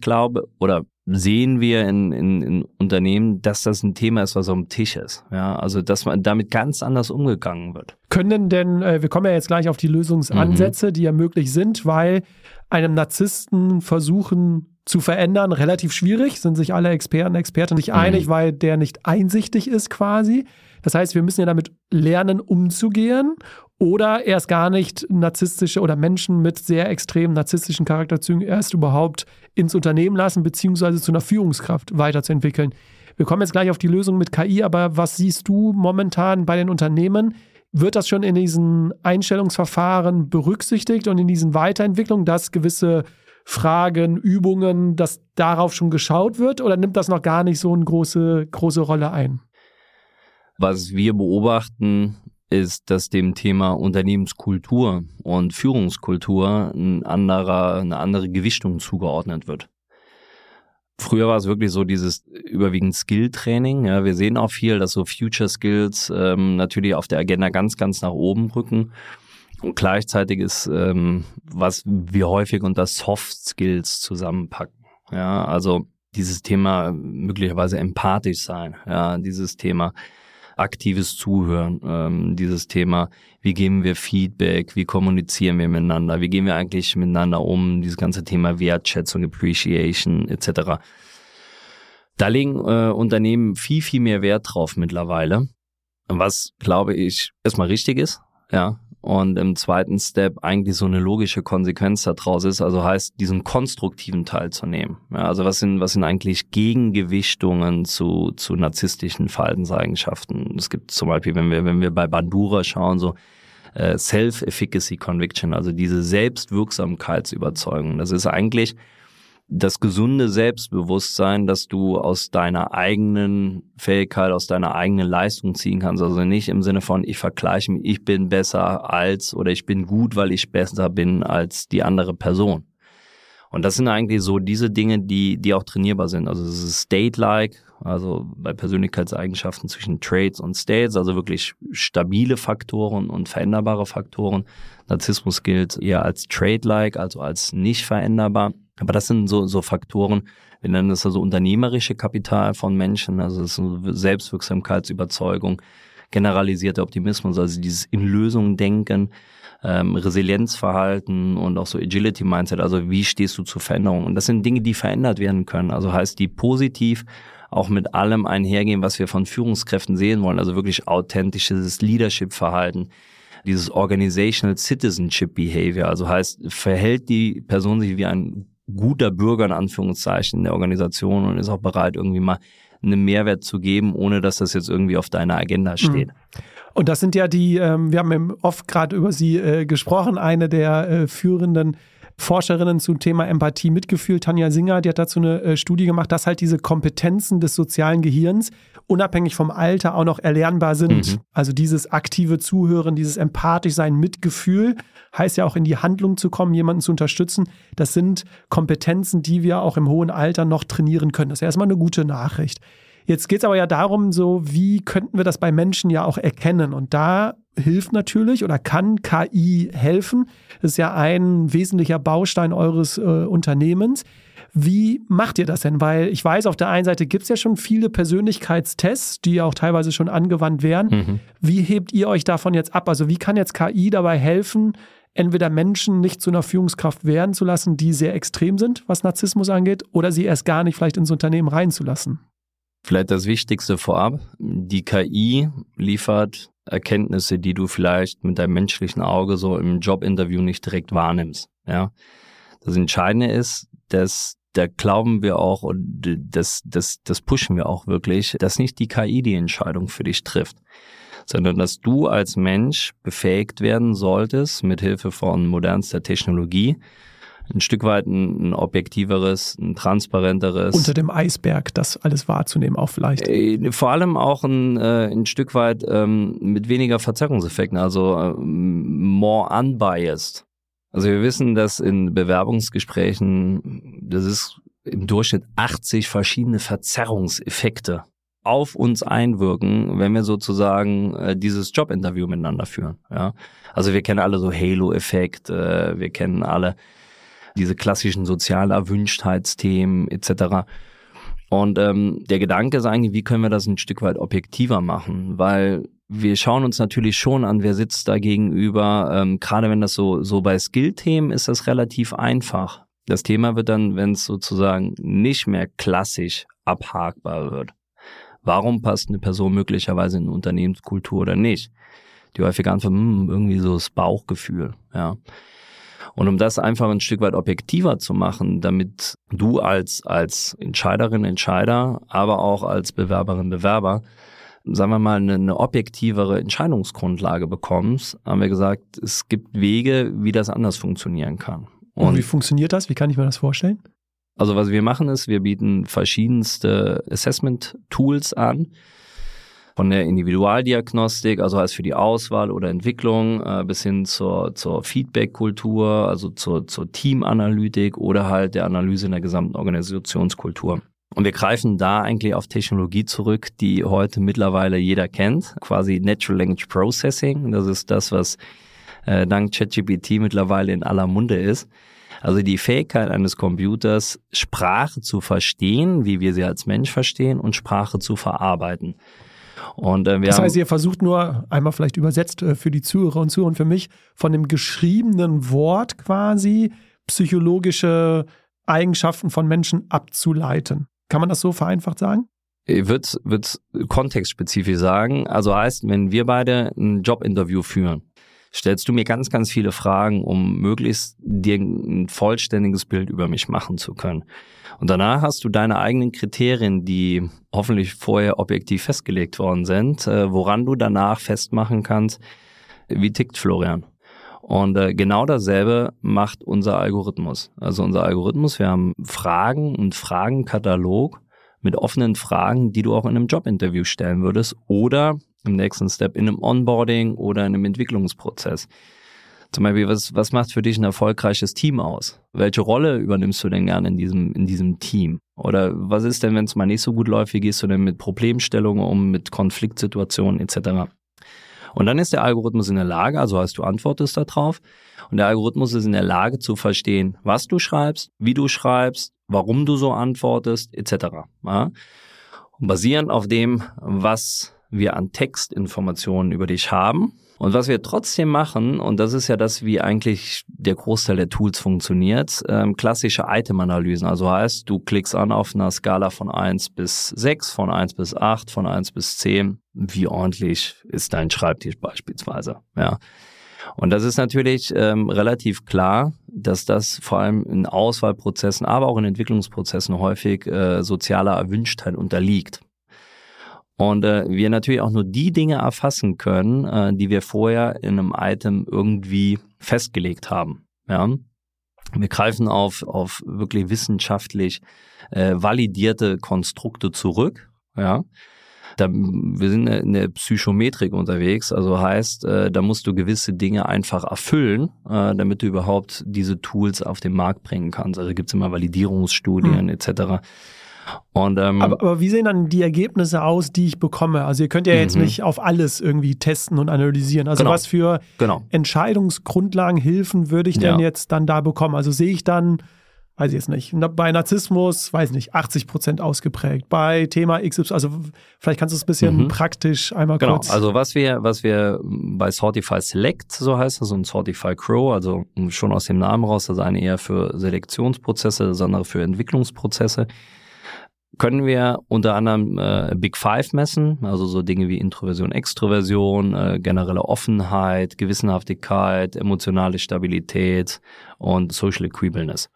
sehen wir in Unternehmen, dass das ein Thema ist, was auf dem Tisch ist. Ja, also dass man damit ganz anders umgegangen wird. Können denn, wir kommen ja jetzt gleich auf die Lösungsansätze, die ja möglich sind, weil einem Narzissten versuchen zu verändern, relativ schwierig, sind sich alle Experten nicht einig, weil der nicht einsichtig ist quasi. Das heißt, wir müssen ja damit lernen, umzugehen oder erst gar nicht narzisstische oder Menschen mit sehr extremen narzisstischen Charakterzügen erst überhaupt ins Unternehmen lassen, beziehungsweise zu einer Führungskraft weiterzuentwickeln. Wir kommen jetzt gleich auf die Lösung mit KI, aber was siehst du momentan bei den Unternehmen? Wird das schon in diesen Einstellungsverfahren berücksichtigt und in diesen Weiterentwicklungen, dass gewisse Fragen, Übungen, dass darauf schon geschaut wird oder nimmt das noch gar nicht so eine große Rolle ein? Was wir beobachten, ist, dass dem Thema Unternehmenskultur und Führungskultur eine andere Gewichtung zugeordnet wird. Früher war es wirklich so dieses überwiegend Skill-Training. Ja, wir sehen auch viel, dass so Future Skills natürlich auf der Agenda ganz, ganz nach oben rücken. Und gleichzeitig ist, was wir häufig unter Soft Skills zusammenpacken. Ja, also dieses Thema möglicherweise empathisch sein. Ja, dieses Thema aktives Zuhören, dieses Thema, wie geben wir Feedback, wie kommunizieren wir miteinander, wie gehen wir eigentlich miteinander um, dieses ganze Thema Wertschätzung, Appreciation etc. Da legen Unternehmen viel, viel mehr Wert drauf mittlerweile, was, glaube ich, erstmal richtig ist, ja. Und im zweiten Step eigentlich so eine logische Konsequenz daraus ist, also heißt, diesen konstruktiven Teil zu nehmen. Ja, also was sind eigentlich Gegengewichtungen zu narzisstischen Verhaltenseigenschaften? Es gibt zum Beispiel, wenn wir bei Bandura schauen, so Self-Efficacy Conviction, also diese Selbstwirksamkeitsüberzeugung. Das ist eigentlich das gesunde Selbstbewusstsein, dass du aus deiner eigenen Fähigkeit, aus deiner eigenen Leistung ziehen kannst. Also nicht im Sinne von, ich vergleiche mich, ich bin besser als oder ich bin gut, weil ich besser bin als die andere Person. Und das sind eigentlich so diese Dinge, die auch trainierbar sind. Also es ist State-like, also bei Persönlichkeitseigenschaften zwischen Traits und States, also wirklich stabile Faktoren und veränderbare Faktoren. Narzissmus gilt eher als Trait-like, also als nicht veränderbar. Aber das sind so Faktoren, wir nennen das also unternehmerische Kapital von Menschen, also das ist eine Selbstwirksamkeitsüberzeugung, generalisierter Optimismus, also dieses in Lösungen denken, Resilienzverhalten und auch so Agility-Mindset, also wie stehst du zur Veränderung? Und das sind Dinge, die verändert werden können, also heißt, die positiv auch mit allem einhergehen, was wir von Führungskräften sehen wollen, also wirklich authentisches Leadership-Verhalten, dieses Organizational Citizenship Behavior, also heißt, verhält die Person sich wie ein guter Bürger in Anführungszeichen in der Organisation und ist auch bereit, irgendwie mal einen Mehrwert zu geben, ohne dass das jetzt irgendwie auf deiner Agenda steht. Und das sind ja wir haben oft gerade über sie gesprochen, eine der führenden Forscherinnen zum Thema Empathie, Mitgefühl, Tanja Singer, die hat dazu eine Studie gemacht, dass halt diese Kompetenzen des sozialen Gehirns unabhängig vom Alter auch noch erlernbar sind. Mhm. Also dieses aktive Zuhören, dieses empathisch sein, Mitgefühl, heißt ja auch in die Handlung zu kommen, jemanden zu unterstützen. Das sind Kompetenzen, die wir auch im hohen Alter noch trainieren können. Das ist ja erstmal eine gute Nachricht. Jetzt geht es aber ja darum, so wie könnten wir das bei Menschen ja auch erkennen? Und da hilft natürlich oder kann KI helfen. Das ist ja ein wesentlicher Baustein eures Unternehmens. Wie macht ihr das denn? Weil ich weiß, auf der einen Seite gibt es ja schon viele Persönlichkeitstests, die ja auch teilweise schon angewandt werden. Mhm. Wie hebt ihr euch davon jetzt ab? Also wie kann jetzt KI dabei helfen, entweder Menschen nicht zu einer Führungskraft werden zu lassen, die sehr extrem sind, was Narzissmus angeht, oder sie erst gar nicht vielleicht ins Unternehmen reinzulassen? Vielleicht das Wichtigste vorab. Die KI liefert Erkenntnisse, die du vielleicht mit deinem menschlichen Auge so im Jobinterview nicht direkt wahrnimmst. Ja, das Entscheidende ist, dass da glauben wir auch und das pushen wir auch wirklich, dass nicht die KI die Entscheidung für dich trifft, sondern dass du als Mensch befähigt werden solltest, mithilfe von modernster Technologie, ein Stück weit ein objektiveres, ein transparenteres. Unter dem Eisberg, das alles wahrzunehmen auch vielleicht. Vor allem auch ein Stück weit mit weniger Verzerrungseffekten, also more unbiased. Also wir wissen, dass in Bewerbungsgesprächen, das ist im Durchschnitt 80 verschiedene Verzerrungseffekte auf uns einwirken, wenn wir sozusagen dieses Jobinterview miteinander führen. Ja? Also wir kennen alle so Halo-Effekt, wir kennen alle diese klassischen sozialen Erwünschtheitsthemen etc. Und der Gedanke ist eigentlich, wie können wir das ein Stück weit objektiver machen? Weil wir schauen uns natürlich schon an, wer sitzt da gegenüber. Gerade wenn das so bei Skill-Themen ist das relativ einfach. Das Thema wird dann, wenn es sozusagen nicht mehr klassisch abhakbar wird. Warum passt eine Person möglicherweise in eine Unternehmenskultur oder nicht? Die häufige Antwort, irgendwie so das Bauchgefühl, ja. Und um das einfach ein Stück weit objektiver zu machen, damit du als Entscheiderin, Entscheider, aber auch als Bewerberin, Bewerber, sagen wir mal, eine objektivere Entscheidungsgrundlage bekommst, haben wir gesagt, es gibt Wege, wie das anders funktionieren kann. Und wie funktioniert das? Wie kann ich mir das vorstellen? Also was wir machen ist, wir bieten verschiedenste Assessment-Tools an. Von der Individualdiagnostik, also heißt für die Auswahl oder Entwicklung, bis hin zur Feedback-Kultur, also zur Teamanalytik oder halt der Analyse in der gesamten Organisationskultur. Und wir greifen da eigentlich auf Technologie zurück, die heute mittlerweile jeder kennt, quasi Natural Language Processing. Das ist das, was dank ChatGPT mittlerweile in aller Munde ist. Also die Fähigkeit eines Computers, Sprache zu verstehen, wie wir sie als Mensch verstehen, und Sprache zu verarbeiten. Und das heißt, ihr versucht nur, einmal vielleicht übersetzt für die Zuhörer und Zuhörer und für mich, von dem geschriebenen Wort quasi psychologische Eigenschaften von Menschen abzuleiten. Kann man das so vereinfacht sagen? Ich würde kontextspezifisch sagen. Also heißt, wenn wir beide ein Jobinterview führen, stellst du mir ganz, ganz viele Fragen, um möglichst dir ein vollständiges Bild über mich machen zu können. Und danach hast du deine eigenen Kriterien, die hoffentlich vorher objektiv festgelegt worden sind, woran du danach festmachen kannst, wie tickt Florian. Und genau dasselbe macht unser Algorithmus. Also unser Algorithmus, wir haben Fragen und Fragenkatalog mit offenen Fragen, die du auch in einem Jobinterview stellen würdest oder im nächsten Step in einem Onboarding oder in einem Entwicklungsprozess. Zum Beispiel, was macht für dich ein erfolgreiches Team aus? Welche Rolle übernimmst du denn gerne in diesem Team? Oder was ist denn, wenn es mal nicht so gut läuft, wie gehst du denn mit Problemstellungen um, mit Konfliktsituationen etc.? Und dann ist der Algorithmus in der Lage, also heißt du antwortest darauf, und der Algorithmus ist in der Lage zu verstehen, was du schreibst, wie du schreibst, warum du so antwortest etc. Ja? Und basierend auf dem, was wir an Textinformationen über dich haben. Und was wir trotzdem machen, und das ist ja das, wie eigentlich der Großteil der Tools funktioniert, klassische Item-Analysen. Also heißt, du klickst an auf einer Skala von 1 bis 6, von 1 bis 8, von 1 bis 10. Wie ordentlich ist dein Schreibtisch beispielsweise? Ja. Und das ist natürlich relativ klar, dass das vor allem in Auswahlprozessen, aber auch in Entwicklungsprozessen häufig sozialer Erwünschtheit unterliegt. Und wir natürlich auch nur die Dinge erfassen können, die wir vorher in einem Item irgendwie festgelegt haben. Ja? Wir greifen auf wirklich wissenschaftlich validierte Konstrukte zurück. Ja? Wir sind in der Psychometrik unterwegs, also heißt, da musst du gewisse Dinge einfach erfüllen, damit du überhaupt diese Tools auf den Markt bringen kannst. Also gibt es immer Validierungsstudien etc. Und, aber wie sehen dann die Ergebnisse aus, die ich bekomme? Also ihr könnt ja jetzt nicht auf alles irgendwie testen und analysieren. Also was für Entscheidungsgrundlagen, Hilfen würde ich denn jetzt dann da bekommen? Also sehe ich dann, weiß ich jetzt nicht, bei Narzissmus, weiß nicht, 80% ausgeprägt. Bei Thema XY, also vielleicht kannst du es ein bisschen praktisch einmal kurz. Also was wir bei Sortify Select, so heißt das, und Sortify Crow, also schon aus dem Namen raus, das eine eher für Selektionsprozesse, das andere für Entwicklungsprozesse, können wir unter anderem Big Five messen, also so Dinge wie Introversion, Extroversion, generelle Offenheit, Gewissenhaftigkeit, emotionale Stabilität und Social Agreeableness,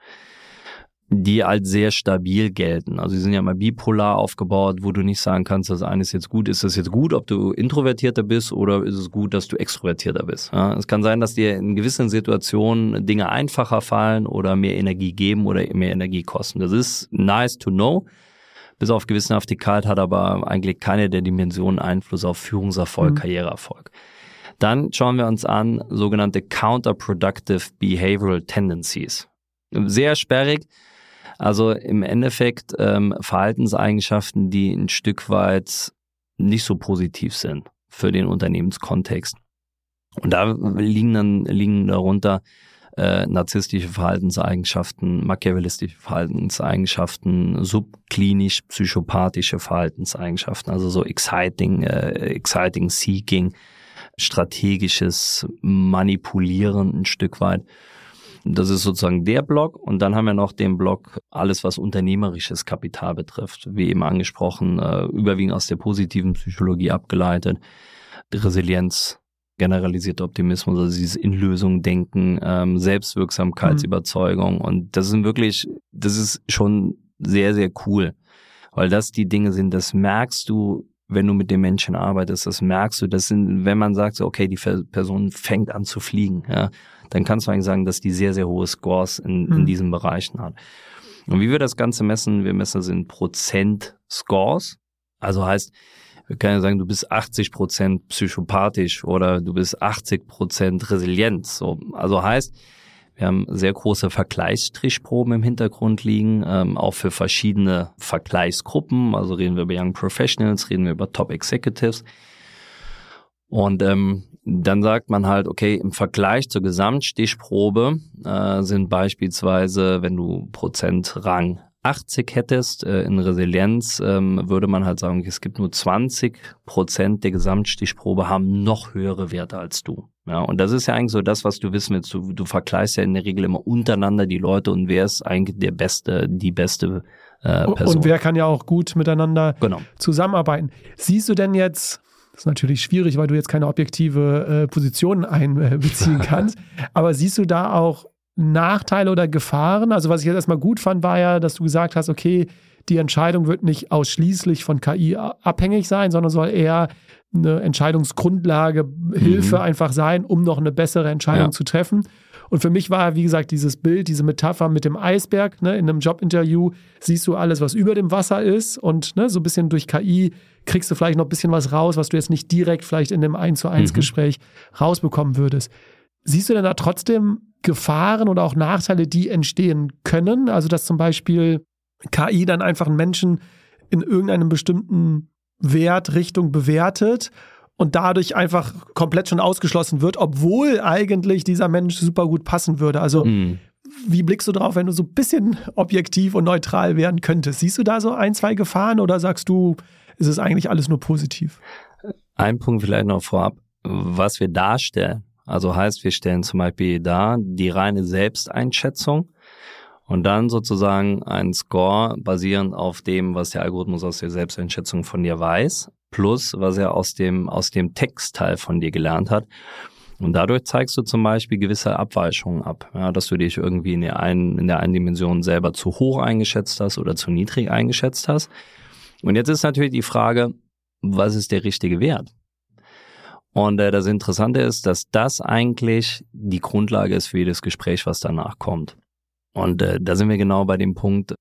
die als sehr stabil gelten. Also sie sind ja mal bipolar aufgebaut, wo du nicht sagen kannst, das eine ist jetzt gut, ist das jetzt gut, ob du introvertierter bist oder ist es gut, dass du extrovertierter bist. Ja, es kann sein, dass dir in gewissen Situationen Dinge einfacher fallen oder mehr Energie geben oder mehr Energie kosten. Das ist nice to know. Bis auf Gewissenhaftigkeit hat aber eigentlich keine der Dimensionen Einfluss auf Führungserfolg, Karriereerfolg. Dann schauen wir uns an sogenannte Counterproductive Behavioral Tendencies. Sehr sperrig, also im Endeffekt Verhaltenseigenschaften, die ein Stück weit nicht so positiv sind für den Unternehmenskontext. Und da liegen darunter narzisstische Verhaltenseigenschaften, machiavellistische Verhaltenseigenschaften, subklinisch-psychopathische Verhaltenseigenschaften, also so exciting seeking, strategisches Manipulieren ein Stück weit. Das ist sozusagen der Block. Und dann haben wir noch den Block, alles was unternehmerisches Kapital betrifft, wie eben angesprochen, überwiegend aus der positiven Psychologie abgeleitet, Resilienz, generalisierte Optimismus, also dieses In-Lösung-Denken, Selbstwirksamkeitsüberzeugung. Und das ist schon sehr, sehr cool, weil das die Dinge sind, das merkst du, wenn du mit den Menschen arbeitest, das merkst du, das sind, wenn man sagt, so, okay, die Person fängt an zu fliegen, ja, dann kannst du eigentlich sagen, dass die sehr, sehr hohe Scores in diesen Bereichen hat. Und wie wir das Ganze messen, wir messen das in Prozent-Scores, also heißt, Wir können ja sagen, du bist 80% psychopathisch oder du bist 80% resilient. So, also heißt, wir haben sehr große Vergleichsstrichproben im Hintergrund liegen, auch für verschiedene Vergleichsgruppen. Also reden wir über Young Professionals, reden wir über Top Executives. Und dann sagt man halt, okay, im Vergleich zur Gesamtstichprobe sind beispielsweise, wenn du Prozentrang 80 hättest in Resilienz, würde man halt sagen, es gibt nur 20% der Gesamtstichprobe haben noch höhere Werte als du. Ja, und das ist ja eigentlich so das, was du wissen willst. Du vergleichst ja in der Regel immer untereinander die Leute und wer ist eigentlich der Beste, die beste Person. Und wer kann ja auch gut miteinander zusammenarbeiten. Siehst du denn jetzt, das ist natürlich schwierig, weil du jetzt keine objektive Position einbeziehen kannst, aber siehst du da auch Nachteile oder Gefahren? Also was ich jetzt erstmal gut fand, war ja, dass du gesagt hast, okay, die Entscheidung wird nicht ausschließlich von KI abhängig sein, sondern soll eher eine Entscheidungsgrundlage, Hilfe einfach sein, um noch eine bessere Entscheidung zu treffen. Und für mich war, wie gesagt, dieses Bild, diese Metapher mit dem Eisberg, ne, in einem Jobinterview siehst du alles, was über dem Wasser ist und ne, so ein bisschen durch KI kriegst du vielleicht noch ein bisschen was raus, was du jetzt nicht direkt vielleicht in einem 1:1 Gespräch rausbekommen würdest. Siehst du denn da trotzdem Gefahren oder auch Nachteile, die entstehen können? Also, dass zum Beispiel KI dann einfach einen Menschen in irgendeinem bestimmten Wertrichtung bewertet und dadurch einfach komplett schon ausgeschlossen wird, obwohl eigentlich dieser Mensch super gut passen würde. Also, wie blickst du drauf, wenn du so ein bisschen objektiv und neutral werden könntest? Siehst du da so 1, 2 Gefahren oder sagst du, ist es eigentlich alles nur positiv? Ein Punkt vielleicht noch vorab, was wir darstellen. Also heißt, wir stellen zum Beispiel dar die reine Selbsteinschätzung und dann sozusagen einen Score basierend auf dem, was der Algorithmus aus der Selbsteinschätzung von dir weiß, plus was er aus dem Textteil von dir gelernt hat. Und dadurch zeigst du zum Beispiel gewisse Abweichungen ab, ja, dass du dich irgendwie in der einen Dimension selber zu hoch eingeschätzt hast oder zu niedrig eingeschätzt hast. Und jetzt ist natürlich die Frage, was ist der richtige Wert? Und das Interessante ist, dass das eigentlich die Grundlage ist für jedes Gespräch, was danach kommt. Und da sind wir genau bei dem Punkt,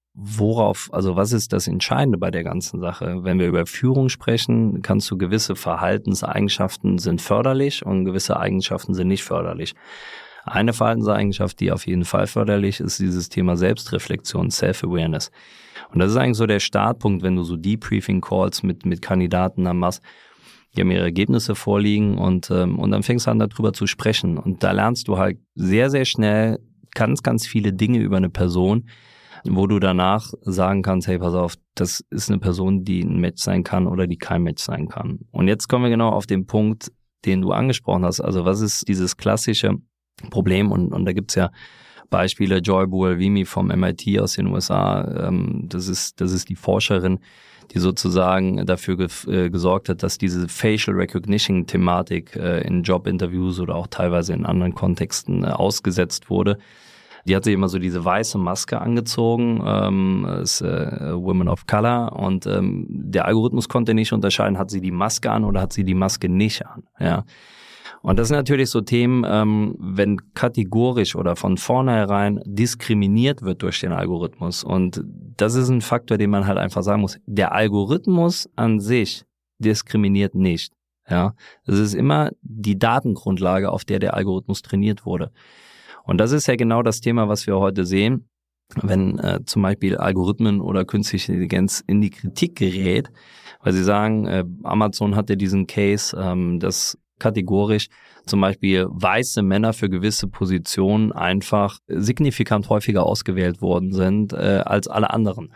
was ist das Entscheidende bei der ganzen Sache? Wenn wir über Führung sprechen, kannst du gewisse Verhaltenseigenschaften sind förderlich und gewisse Eigenschaften sind nicht förderlich. Eine Verhaltenseigenschaft, die auf jeden Fall förderlich ist, dieses Thema Selbstreflexion, Self-Awareness. Und das ist eigentlich so der Startpunkt, wenn du so Debriefing-Calls mit Kandidaten dann machst. Die haben ihre Ergebnisse vorliegen und dann fängst du an, darüber zu sprechen. Und da lernst du halt sehr, sehr schnell ganz, ganz viele Dinge über eine Person, wo du danach sagen kannst, hey, pass auf, das ist eine Person, die ein Match sein kann oder die kein Match sein kann. Und jetzt kommen wir genau auf den Punkt, den du angesprochen hast. Also was ist dieses klassische Problem? Und da gibt's ja Beispiele, Joy Buolamwini vom MIT aus den USA, das ist die Forscherin, die sozusagen dafür gesorgt hat, dass diese Facial Recognition Thematik in Jobinterviews oder auch teilweise in anderen Kontexten ausgesetzt wurde. Die hat sich immer so diese weiße Maske angezogen, ist Women of Color, und der Algorithmus konnte nicht unterscheiden, hat sie die Maske an oder hat sie die Maske nicht an, ja. Und das sind natürlich so Themen, wenn kategorisch oder von vornherein diskriminiert wird durch den Algorithmus. Und das ist ein Faktor, den man halt einfach sagen muss. Der Algorithmus an sich diskriminiert nicht. Ja, es ist immer die Datengrundlage, auf der der Algorithmus trainiert wurde. Und das ist ja genau das Thema, was wir heute sehen, wenn zum Beispiel Algorithmen oder künstliche Intelligenz in die Kritik gerät, weil sie sagen, Amazon hatte diesen Case, dass kategorisch zum Beispiel weiße Männer für gewisse Positionen einfach signifikant häufiger ausgewählt worden sind als alle anderen.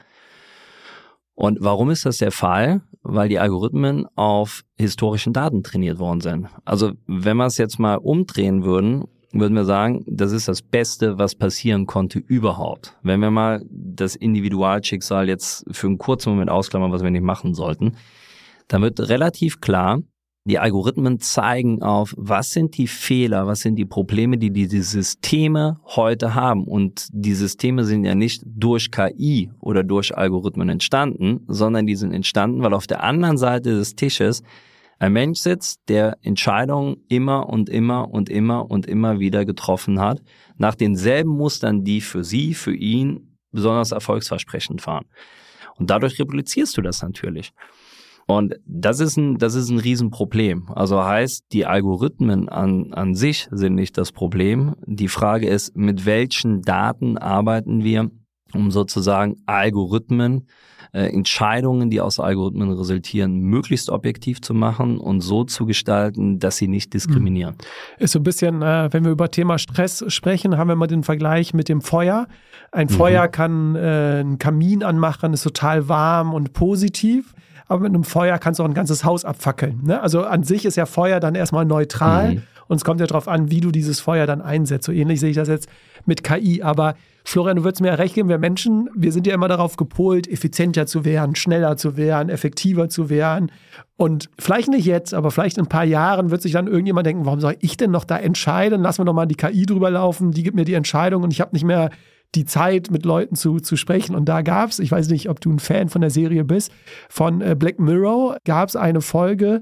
Und warum ist das der Fall? Weil die Algorithmen auf historischen Daten trainiert worden sind. Also wenn wir es jetzt mal umdrehen würden wir sagen, das ist das Beste, was passieren konnte überhaupt. Wenn wir mal das Individualschicksal jetzt für einen kurzen Moment ausklammern, was wir nicht machen sollten, dann wird relativ klar, die Algorithmen zeigen auf, was sind die Fehler, was sind die Probleme, die diese Systeme heute haben. Und die Systeme sind ja nicht durch KI oder durch Algorithmen entstanden, sondern die sind entstanden, weil auf der anderen Seite des Tisches ein Mensch sitzt, der Entscheidungen immer und immer und immer und immer wieder getroffen hat, nach denselben Mustern, die für sie, für ihn besonders erfolgsversprechend waren. Und dadurch replizierst du das natürlich. Und das ist ein Riesenproblem. Also heißt, die Algorithmen an sich sind nicht das Problem. Die Frage ist, mit welchen Daten arbeiten wir, um sozusagen Algorithmen, Entscheidungen, die aus Algorithmen resultieren, möglichst objektiv zu machen und so zu gestalten, dass sie nicht diskriminieren. Ist so ein bisschen, wenn wir über Thema Stress sprechen, haben wir mal den Vergleich mit dem Feuer. Ein Feuer kann einen Kamin anmachen, ist total warm und positiv. Aber mit einem Feuer kannst du auch ein ganzes Haus abfackeln. Ne? Also an sich ist ja Feuer dann erstmal neutral und es kommt ja darauf an, wie du dieses Feuer dann einsetzt. So ähnlich sehe ich das jetzt mit KI. Aber Florian, du würdest mir ja recht geben, wir Menschen, wir sind ja immer darauf gepolt, effizienter zu werden, schneller zu werden, effektiver zu werden. Und vielleicht nicht jetzt, aber vielleicht in ein paar Jahren wird sich dann irgendjemand denken, warum soll ich denn noch da entscheiden? Lassen wir doch mal die KI drüber laufen, die gibt mir die Entscheidung und ich habe nicht mehr die Zeit, mit Leuten zu sprechen. Und da gab es, ich weiß nicht, ob du ein Fan von der Serie bist, von Black Mirror gab es eine Folge,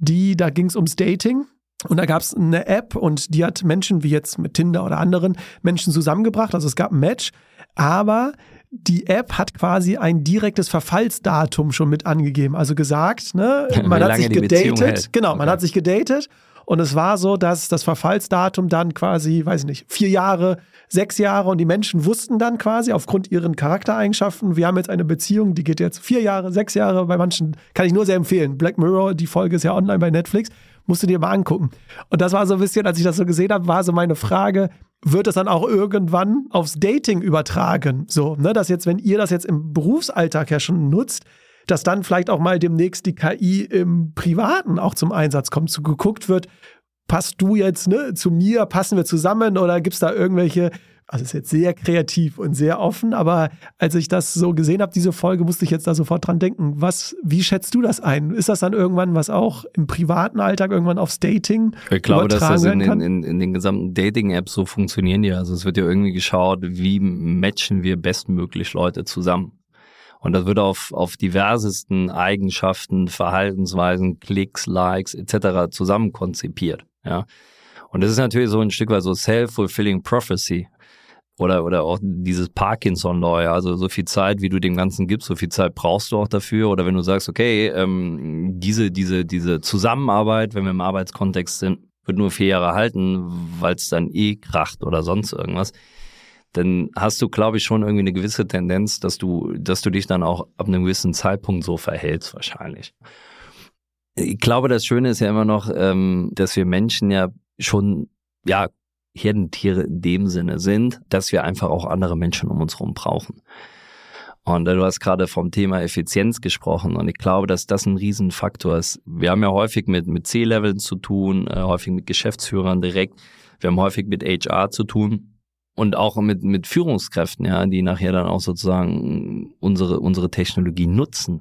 da ging es ums Dating. Und da gab es eine App und die hat Menschen wie jetzt mit Tinder oder anderen Menschen zusammengebracht. Also es gab ein Match, aber die App hat quasi ein direktes Verfallsdatum schon mit angegeben. Also gesagt, ne, man hat sich gedatet. Genau, man hat sich gedatet. Und es war so, dass das Verfallsdatum dann quasi, weiß ich nicht, 4 Jahre, 6 Jahre und die Menschen wussten dann quasi aufgrund ihren Charaktereigenschaften, wir haben jetzt eine Beziehung, die geht jetzt 4 Jahre, 6 Jahre, bei manchen kann ich nur sehr empfehlen. Black Mirror, die Folge ist ja online bei Netflix, musst du dir mal angucken. Und das war so ein bisschen, als ich das so gesehen habe, war so meine Frage, wird das dann auch irgendwann aufs Dating übertragen? So, ne, dass jetzt, wenn ihr das jetzt im Berufsalltag ja schon nutzt, dass dann vielleicht auch mal demnächst die KI im Privaten auch zum Einsatz kommt, so geguckt wird, passt du jetzt zu mir, passen wir zusammen oder gibt es da irgendwelche, also es ist jetzt sehr kreativ und sehr offen, aber als ich das so gesehen habe, diese Folge, musste ich jetzt da sofort dran denken, wie schätzt du das ein? Ist das dann irgendwann, was auch im privaten Alltag irgendwann aufs Dating Ich glaube, dass das in den gesamten Dating-Apps so funktionieren ja. Also es wird ja irgendwie geschaut, wie matchen wir bestmöglich Leute zusammen. Und das wird auf diversesten Eigenschaften, Verhaltensweisen, Klicks, Likes etc. zusammen konzipiert. Ja. Und das ist natürlich so ein Stück weit so self-fulfilling prophecy oder auch dieses Parkinson-Law. Ja. Also so viel Zeit, wie du dem Ganzen gibst, so viel Zeit brauchst du auch dafür. Oder wenn du sagst, okay, diese Zusammenarbeit, wenn wir im Arbeitskontext sind, wird nur 4 Jahre halten, weil es dann kracht oder sonst irgendwas. Dann hast du, glaube ich, schon irgendwie eine gewisse Tendenz, dass du dich dann auch ab einem gewissen Zeitpunkt so verhältst wahrscheinlich. Ich glaube, das Schöne ist ja immer noch, dass wir Menschen ja schon Herdentiere in dem Sinne sind, dass wir einfach auch andere Menschen um uns herum brauchen. Und du hast gerade vom Thema Effizienz gesprochen und ich glaube, dass das ein Riesenfaktor ist. Wir haben ja häufig mit C-Leveln zu tun, häufig mit Geschäftsführern direkt. Wir haben häufig mit HR zu tun. Und auch mit Führungskräften, ja, die nachher dann auch sozusagen unsere Technologie nutzen.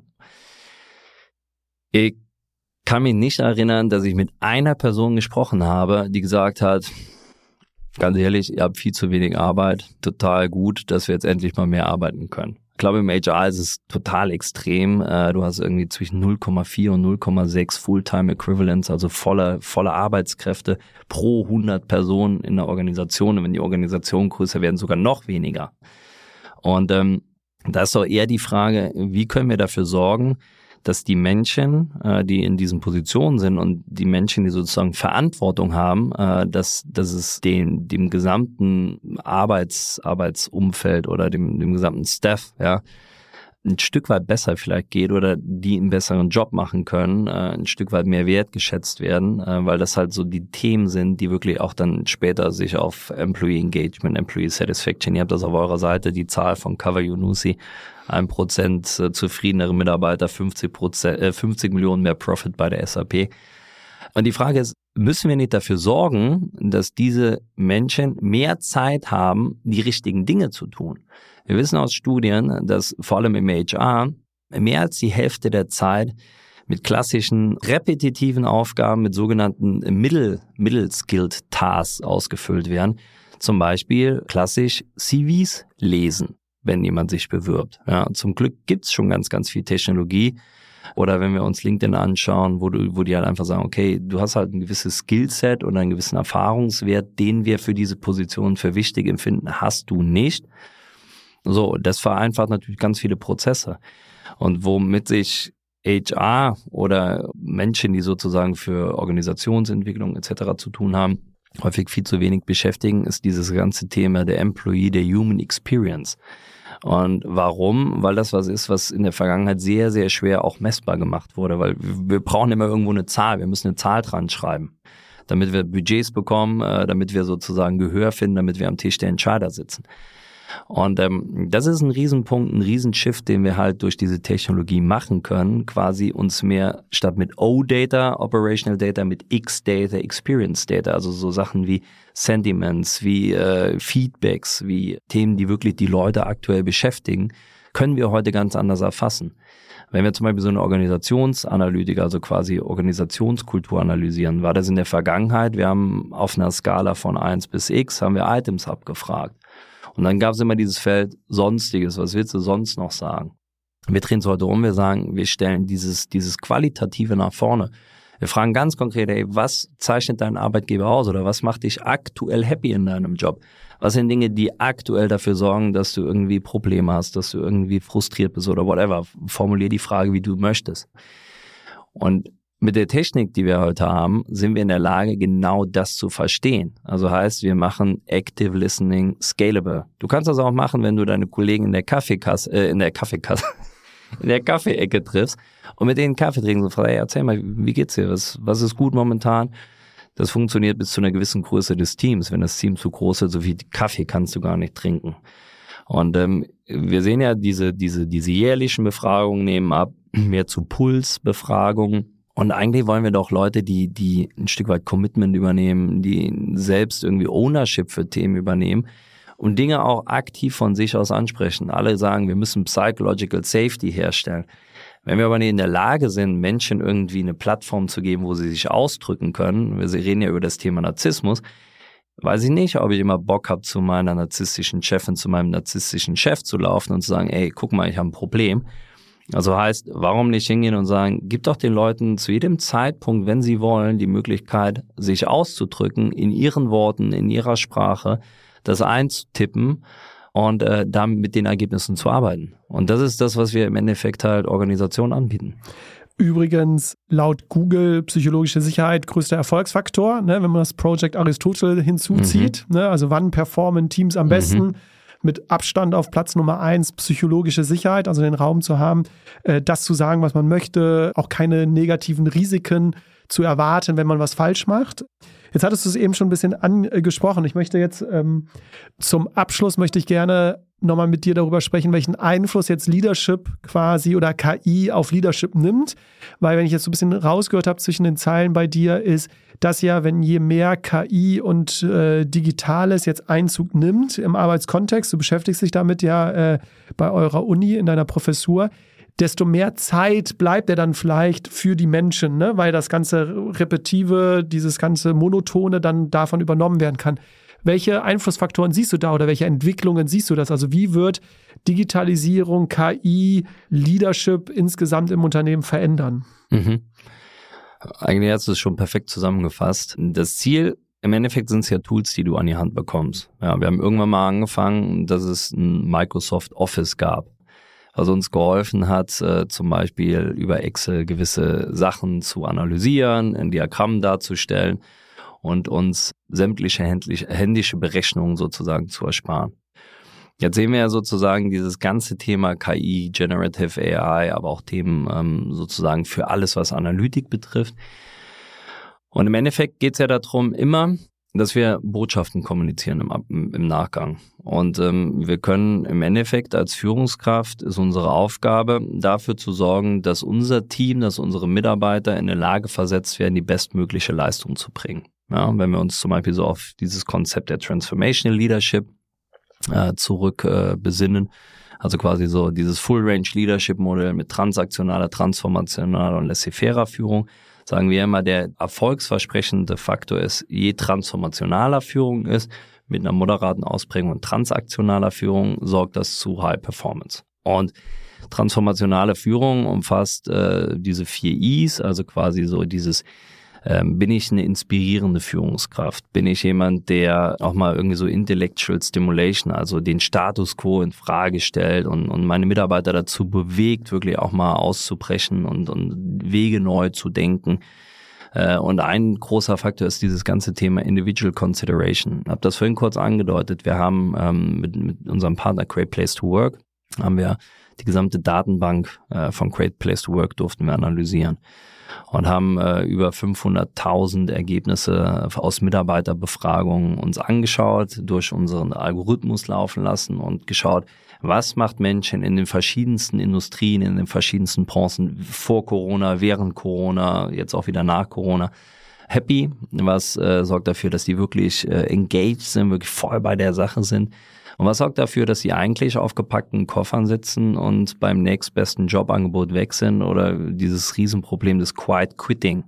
Ich kann mich nicht erinnern, dass ich mit einer Person gesprochen habe, die gesagt hat, ganz ehrlich, ihr habt viel zu wenig Arbeit, total gut, dass wir jetzt endlich mal mehr arbeiten können. Ich glaube, im HR ist es total extrem. Du hast irgendwie zwischen 0,4 und 0,6 Fulltime Equivalents, also volle Arbeitskräfte pro 100 Personen in der Organisation. Und wenn die Organisationen größer werden, sogar noch weniger. Und da ist doch eher die Frage, wie können wir dafür sorgen, dass die Menschen, die in diesen Positionen sind und die Menschen, die sozusagen Verantwortung haben, dass es dem gesamten Arbeitsumfeld oder dem gesamten Staff, ja, ein Stück weit besser vielleicht geht oder die einen besseren Job machen können, ein Stück weit mehr wertgeschätzt werden, weil das halt so die Themen sind, die wirklich auch dann später sich auf Employee Engagement, Employee Satisfaction, ihr habt das auf eurer Seite, die Zahl von Cover Yunusi, 1% zufriedenere Mitarbeiter, 50 Millionen mehr Profit bei der SAP. Und die Frage ist, müssen wir nicht dafür sorgen, dass diese Menschen mehr Zeit haben, die richtigen Dinge zu tun? Wir wissen aus Studien, dass vor allem im HR mehr als die Hälfte der Zeit mit klassischen repetitiven Aufgaben, mit sogenannten Middle-Skilled Tasks ausgefüllt werden. Zum Beispiel klassisch CVs lesen, wenn jemand sich bewirbt. Ja, zum Glück gibt's schon ganz, ganz viel Technologie. Oder wenn wir uns LinkedIn anschauen, wo die halt einfach sagen, okay, du hast halt ein gewisses Skillset oder einen gewissen Erfahrungswert, den wir für diese Position für wichtig empfinden, hast du nicht. So, das vereinfacht natürlich ganz viele Prozesse. Und womit sich HR oder Menschen, die sozusagen für Organisationsentwicklung etc. zu tun haben, häufig viel zu wenig beschäftigen, ist dieses ganze Thema der Employee, der Human Experience. Und warum? Weil das was ist, was in der Vergangenheit sehr, sehr schwer auch messbar gemacht wurde, weil wir brauchen immer irgendwo eine Zahl, wir müssen eine Zahl dran schreiben, damit wir Budgets bekommen, damit wir sozusagen Gehör finden, damit wir am Tisch der Entscheider sitzen. Und das ist ein Riesenpunkt, ein Riesenshift, den wir halt durch diese Technologie machen können, quasi uns mehr statt mit O-Data, Operational Data, mit X-Data, Experience Data, also so Sachen wie Sentiments, wie Feedbacks, wie Themen, die wirklich die Leute aktuell beschäftigen, können wir heute ganz anders erfassen. Wenn wir zum Beispiel so eine Organisationsanalytik, also quasi Organisationskultur analysieren, war das in der Vergangenheit, wir haben auf einer Skala von 1 bis X, haben wir Items abgefragt. Und dann gab es immer dieses Feld Sonstiges, was willst du sonst noch sagen? Wir drehen es heute um, wir sagen, wir stellen dieses Qualitative nach vorne. Wir fragen ganz konkret, was zeichnet deinen Arbeitgeber aus oder was macht dich aktuell happy in deinem Job? Was sind Dinge, die aktuell dafür sorgen, dass du irgendwie Probleme hast, dass du irgendwie frustriert bist oder whatever? Formulier die Frage, wie du möchtest. Und mit der Technik, die wir heute haben, sind wir in der Lage, genau das zu verstehen. Also heißt, wir machen Active Listening scalable. Du kannst das auch machen, wenn du deine Kollegen in der Kaffeeecke triffst und mit denen Kaffee trinken und fragst, erzähl mal, wie geht's dir? Was ist gut momentan? Das funktioniert bis zu einer gewissen Größe des Teams. Wenn das Team zu groß ist, so viel Kaffee kannst du gar nicht trinken. Und wir sehen ja diese jährlichen Befragungen nehmen ab, mehr zu Pulsbefragungen. Und eigentlich wollen wir doch Leute, die ein Stück weit Commitment übernehmen, die selbst irgendwie Ownership für Themen übernehmen und Dinge auch aktiv von sich aus ansprechen. Alle sagen, wir müssen Psychological Safety herstellen. Wenn wir aber nicht in der Lage sind, Menschen irgendwie eine Plattform zu geben, wo sie sich ausdrücken können, wir reden ja über das Thema Narzissmus, weiß ich nicht, ob ich immer Bock habe, zu meiner narzisstischen Chefin, zu meinem narzisstischen Chef zu laufen und zu sagen, ey, guck mal, ich habe ein Problem. Also heißt, warum nicht hingehen und sagen, gib doch den Leuten zu jedem Zeitpunkt, wenn sie wollen, die Möglichkeit, sich auszudrücken, in ihren Worten, in ihrer Sprache, das einzutippen und dann mit den Ergebnissen zu arbeiten. Und das ist das, was wir im Endeffekt halt Organisationen anbieten. Übrigens, laut Google, psychologische Sicherheit größter Erfolgsfaktor, ne, wenn man das Project Aristotle hinzuzieht. Ne, also wann performen Teams am besten? Mit Abstand auf Platz Nummer 1 psychologische Sicherheit, also den Raum zu haben, das zu sagen, was man möchte, auch keine negativen Risiken zu erwarten, wenn man was falsch macht. Jetzt hattest du es eben schon ein bisschen angesprochen. Ich möchte jetzt zum Abschluss möchte ich gerne nochmal mit dir darüber sprechen, welchen Einfluss jetzt Leadership quasi oder KI auf Leadership nimmt. Weil wenn ich jetzt so ein bisschen rausgehört habe zwischen den Zeilen bei dir, ist, dass ja, wenn je mehr KI und Digitales jetzt Einzug nimmt im Arbeitskontext, du beschäftigst dich damit ja bei eurer Uni in deiner Professur, desto mehr Zeit bleibt er dann vielleicht für die Menschen, ne? Weil das ganze Repetitive, dieses ganze Monotone dann davon übernommen werden kann. Welche Einflussfaktoren siehst du da oder welche Entwicklungen siehst du das? Also wie wird Digitalisierung, KI, Leadership insgesamt im Unternehmen verändern? Eigentlich hast du es schon perfekt zusammengefasst. Das Ziel, im Endeffekt sind es ja Tools, die du an die Hand bekommst. Ja, wir haben irgendwann mal angefangen, dass es ein Microsoft Office gab, was uns geholfen hat, zum Beispiel über Excel gewisse Sachen zu analysieren, ein Diagramm darzustellen und uns sämtliche händische Berechnungen sozusagen zu ersparen. Jetzt sehen wir ja sozusagen dieses ganze Thema KI, Generative AI, aber auch Themen sozusagen für alles, was Analytik betrifft. Und im Endeffekt geht es ja darum immer, dass wir Botschaften kommunizieren im Nachgang. Und wir können im Endeffekt als Führungskraft, ist unsere Aufgabe, dafür zu sorgen, dass unser Team, dass unsere Mitarbeiter in der Lage versetzt werden, die bestmögliche Leistung zu bringen. Ja, wenn wir uns zum Beispiel so auf dieses Konzept der Transformational Leadership zurück besinnen, also quasi so dieses Full-Range-Leadership-Modell mit transaktionaler, transformationaler und laissez-faire Führung, sagen wir immer, der erfolgsversprechende Faktor ist, je transformationaler Führung ist, mit einer moderaten Ausprägung und transaktionaler Führung, sorgt das zu High Performance. Und transformationale Führung umfasst diese 4 Is, also quasi so dieses Bin ich eine inspirierende Führungskraft? Bin ich jemand, der auch mal irgendwie so Intellectual Stimulation, also den Status quo in Frage stellt und meine Mitarbeiter dazu bewegt, wirklich auch mal auszubrechen und Wege neu zu denken? Und ein großer Faktor ist dieses ganze Thema Individual Consideration. Ich habe das vorhin kurz angedeutet. Wir haben mit unserem Partner Great Place to Work, haben wir die gesamte Datenbank von Great Place to Work durften wir analysieren und haben über 500.000 Ergebnisse aus Mitarbeiterbefragungen uns angeschaut, durch unseren Algorithmus laufen lassen und geschaut, was macht Menschen in den verschiedensten Industrien, in den verschiedensten Branchen vor Corona, während Corona, jetzt auch wieder nach Corona happy, was sorgt dafür, dass die wirklich engaged sind, wirklich voll bei der Sache sind. Und was sorgt dafür, dass sie eigentlich auf gepackten Koffern sitzen und beim nächstbesten Jobangebot weg sind oder dieses Riesenproblem des Quiet Quitting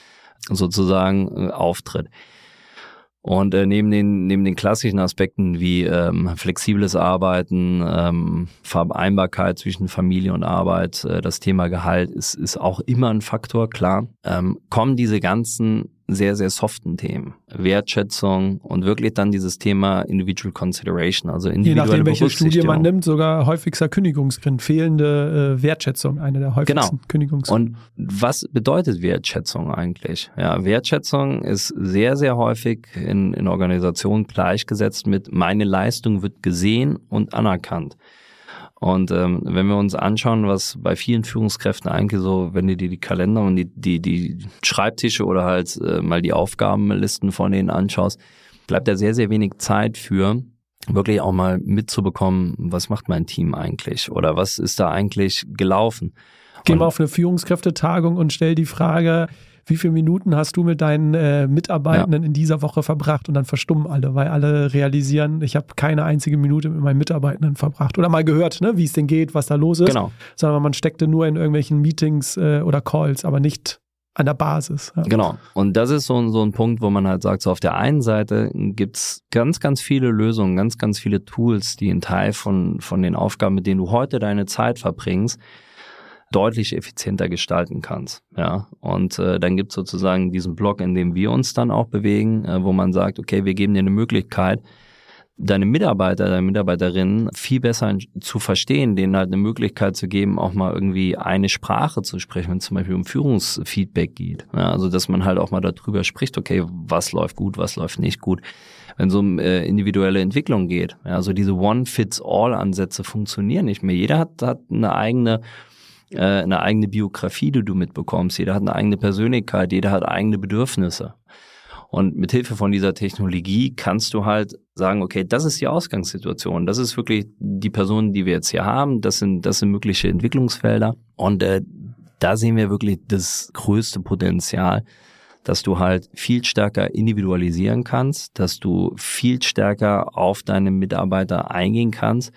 sozusagen auftritt. Und neben den klassischen Aspekten wie flexibles Arbeiten, Vereinbarkeit zwischen Familie und Arbeit, das Thema Gehalt ist auch immer ein Faktor, klar, kommen diese ganzen sehr, sehr soften Themen. Wertschätzung und wirklich dann dieses Thema Individual Consideration, also individuelle Je nachdem, welche Studie man Berücksichtigung. nimmt, sogar häufigster Kündigungsgrund, fehlende Wertschätzung, eine der häufigsten Kündigungsgründe. Und was bedeutet Wertschätzung eigentlich? Ja, Wertschätzung ist sehr, sehr häufig in Organisationen gleichgesetzt mit meine Leistung wird gesehen und anerkannt. Und wenn wir uns anschauen, was bei vielen Führungskräften eigentlich so, wenn du dir die Kalender und die Schreibtische oder halt mal die Aufgabenlisten von denen anschaust, bleibt da sehr, sehr wenig Zeit für, wirklich auch mal mitzubekommen, was macht mein Team eigentlich oder was ist da eigentlich gelaufen. Geh mal auf eine Führungskräftetagung und stell die Frage, wie viele Minuten hast du mit deinen Mitarbeitenden in dieser Woche verbracht? Und dann verstummen alle, weil alle realisieren, ich habe keine einzige Minute mit meinen Mitarbeitenden verbracht. Oder mal gehört, ne, wie es denen geht, was da los ist. Genau. Sondern man steckte nur in irgendwelchen Meetings oder Calls, aber nicht an der Basis. Ja. Genau. Und das ist so ein Punkt, wo man halt sagt, so auf der einen Seite gibt's ganz, ganz viele Lösungen, ganz, ganz viele Tools, die einen Teil von den Aufgaben, mit denen du heute deine Zeit verbringst, deutlich effizienter gestalten kannst. Ja, und dann gibt's sozusagen diesen Block, in dem wir uns dann auch bewegen, wo man sagt, okay, wir geben dir eine Möglichkeit, deine Mitarbeiter, deine Mitarbeiterinnen viel besser zu verstehen, denen halt eine Möglichkeit zu geben, auch mal irgendwie eine Sprache zu sprechen, wenn es zum Beispiel um Führungsfeedback geht. Ja, also dass man halt auch mal darüber spricht, okay, was läuft gut, was läuft nicht gut. Wenn es um individuelle Entwicklung geht, ja, also diese One-Fits-All-Ansätze funktionieren nicht mehr. Jeder hat eine eigene Biografie, die du mitbekommst. Jeder hat eine eigene Persönlichkeit, jeder hat eigene Bedürfnisse. Und mit Hilfe von dieser Technologie kannst du halt sagen, okay, das ist die Ausgangssituation. Das ist wirklich die Person, die wir jetzt hier haben. Das sind mögliche Entwicklungsfelder. Und da sehen wir wirklich das größte Potenzial, dass du halt viel stärker individualisieren kannst, dass du viel stärker auf deine Mitarbeiter eingehen kannst,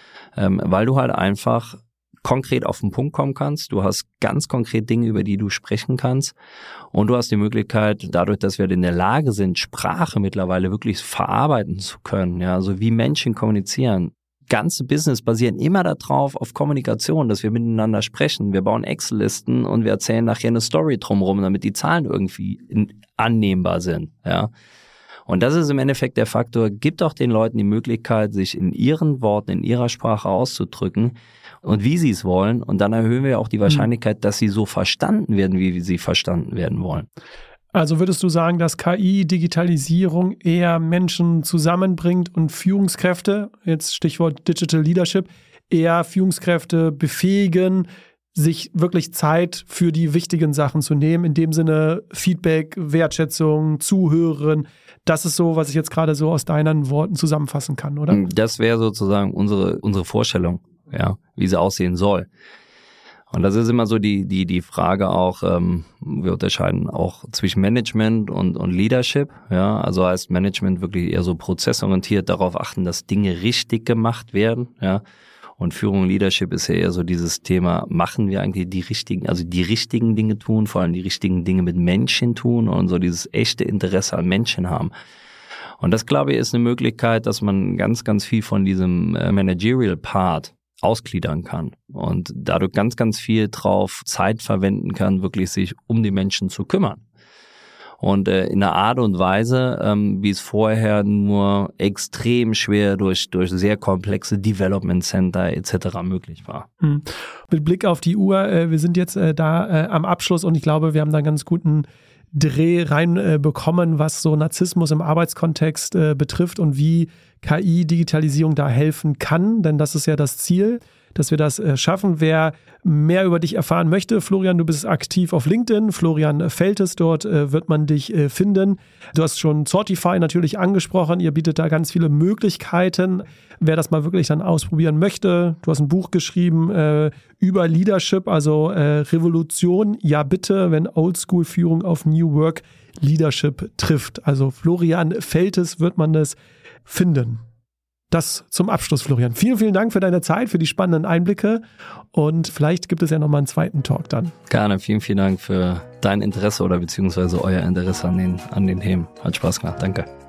weil du halt einfach konkret auf den Punkt kommen kannst. Du hast ganz konkret Dinge, über die du sprechen kannst. Und du hast die Möglichkeit, dadurch, dass wir in der Lage sind, Sprache mittlerweile wirklich verarbeiten zu können, ja, also wie Menschen kommunizieren. Ganze Business basieren immer darauf, auf Kommunikation, dass wir miteinander sprechen. Wir bauen Excel-Listen und wir erzählen nachher eine Story drumherum, damit die Zahlen irgendwie annehmbar sind, ja. Und das ist im Endeffekt der Faktor, gibt auch den Leuten die Möglichkeit, sich in ihren Worten, in ihrer Sprache auszudrücken und wie sie es wollen. Und dann erhöhen wir auch die Wahrscheinlichkeit, dass sie so verstanden werden, wie sie verstanden werden wollen. Also würdest du sagen, dass KI, Digitalisierung eher Menschen zusammenbringt und Führungskräfte, jetzt Stichwort Digital Leadership, eher Führungskräfte befähigen, sich wirklich Zeit für die wichtigen Sachen zu nehmen, in dem Sinne Feedback, Wertschätzung, Zuhören. Das ist so, was ich jetzt gerade so aus deinen Worten zusammenfassen kann, oder? Das wäre sozusagen unsere Vorstellung, ja, wie sie aussehen soll. Und das ist immer so die Frage auch, wir unterscheiden auch zwischen Management und Leadership, ja, also heißt Management wirklich eher so prozessorientiert, darauf achten, dass Dinge richtig gemacht werden, ja. Und Führung und Leadership ist ja eher so dieses Thema, machen wir eigentlich die richtigen Dinge tun, vor allem die richtigen Dinge mit Menschen tun und so dieses echte Interesse an Menschen haben. Und das, glaube ich, ist eine Möglichkeit, dass man ganz, ganz viel von diesem Managerial Part ausgliedern kann und dadurch ganz, ganz viel drauf Zeit verwenden kann, wirklich sich um die Menschen zu kümmern. Und in einer Art und Weise, wie es vorher nur extrem schwer durch sehr komplexe Development Center etc. möglich war. Mit Blick auf die Uhr, wir sind jetzt da am Abschluss und ich glaube, wir haben da einen ganz guten Dreh reinbekommen, was so Narzissmus im Arbeitskontext betrifft und wie KI-Digitalisierung da helfen kann, denn das ist ja das Ziel, dass wir das schaffen. Wer mehr über dich erfahren möchte, Florian, du bist aktiv auf LinkedIn, Florian Feltes, dort wird man dich finden. Du hast schon Sortify natürlich angesprochen, ihr bietet da ganz viele Möglichkeiten. Wer das mal wirklich dann ausprobieren möchte, du hast ein Buch geschrieben über Leadership, also Revolution, ja bitte, wenn Oldschool-Führung auf New Work Leadership trifft. Also Florian Feltes wird man das finden. Das zum Abschluss, Florian. Vielen, vielen Dank für deine Zeit, für die spannenden Einblicke und vielleicht gibt es ja nochmal einen zweiten Talk dann. Gerne, vielen, vielen Dank für dein Interesse oder beziehungsweise euer Interesse an den Themen. Hat Spaß gemacht, danke.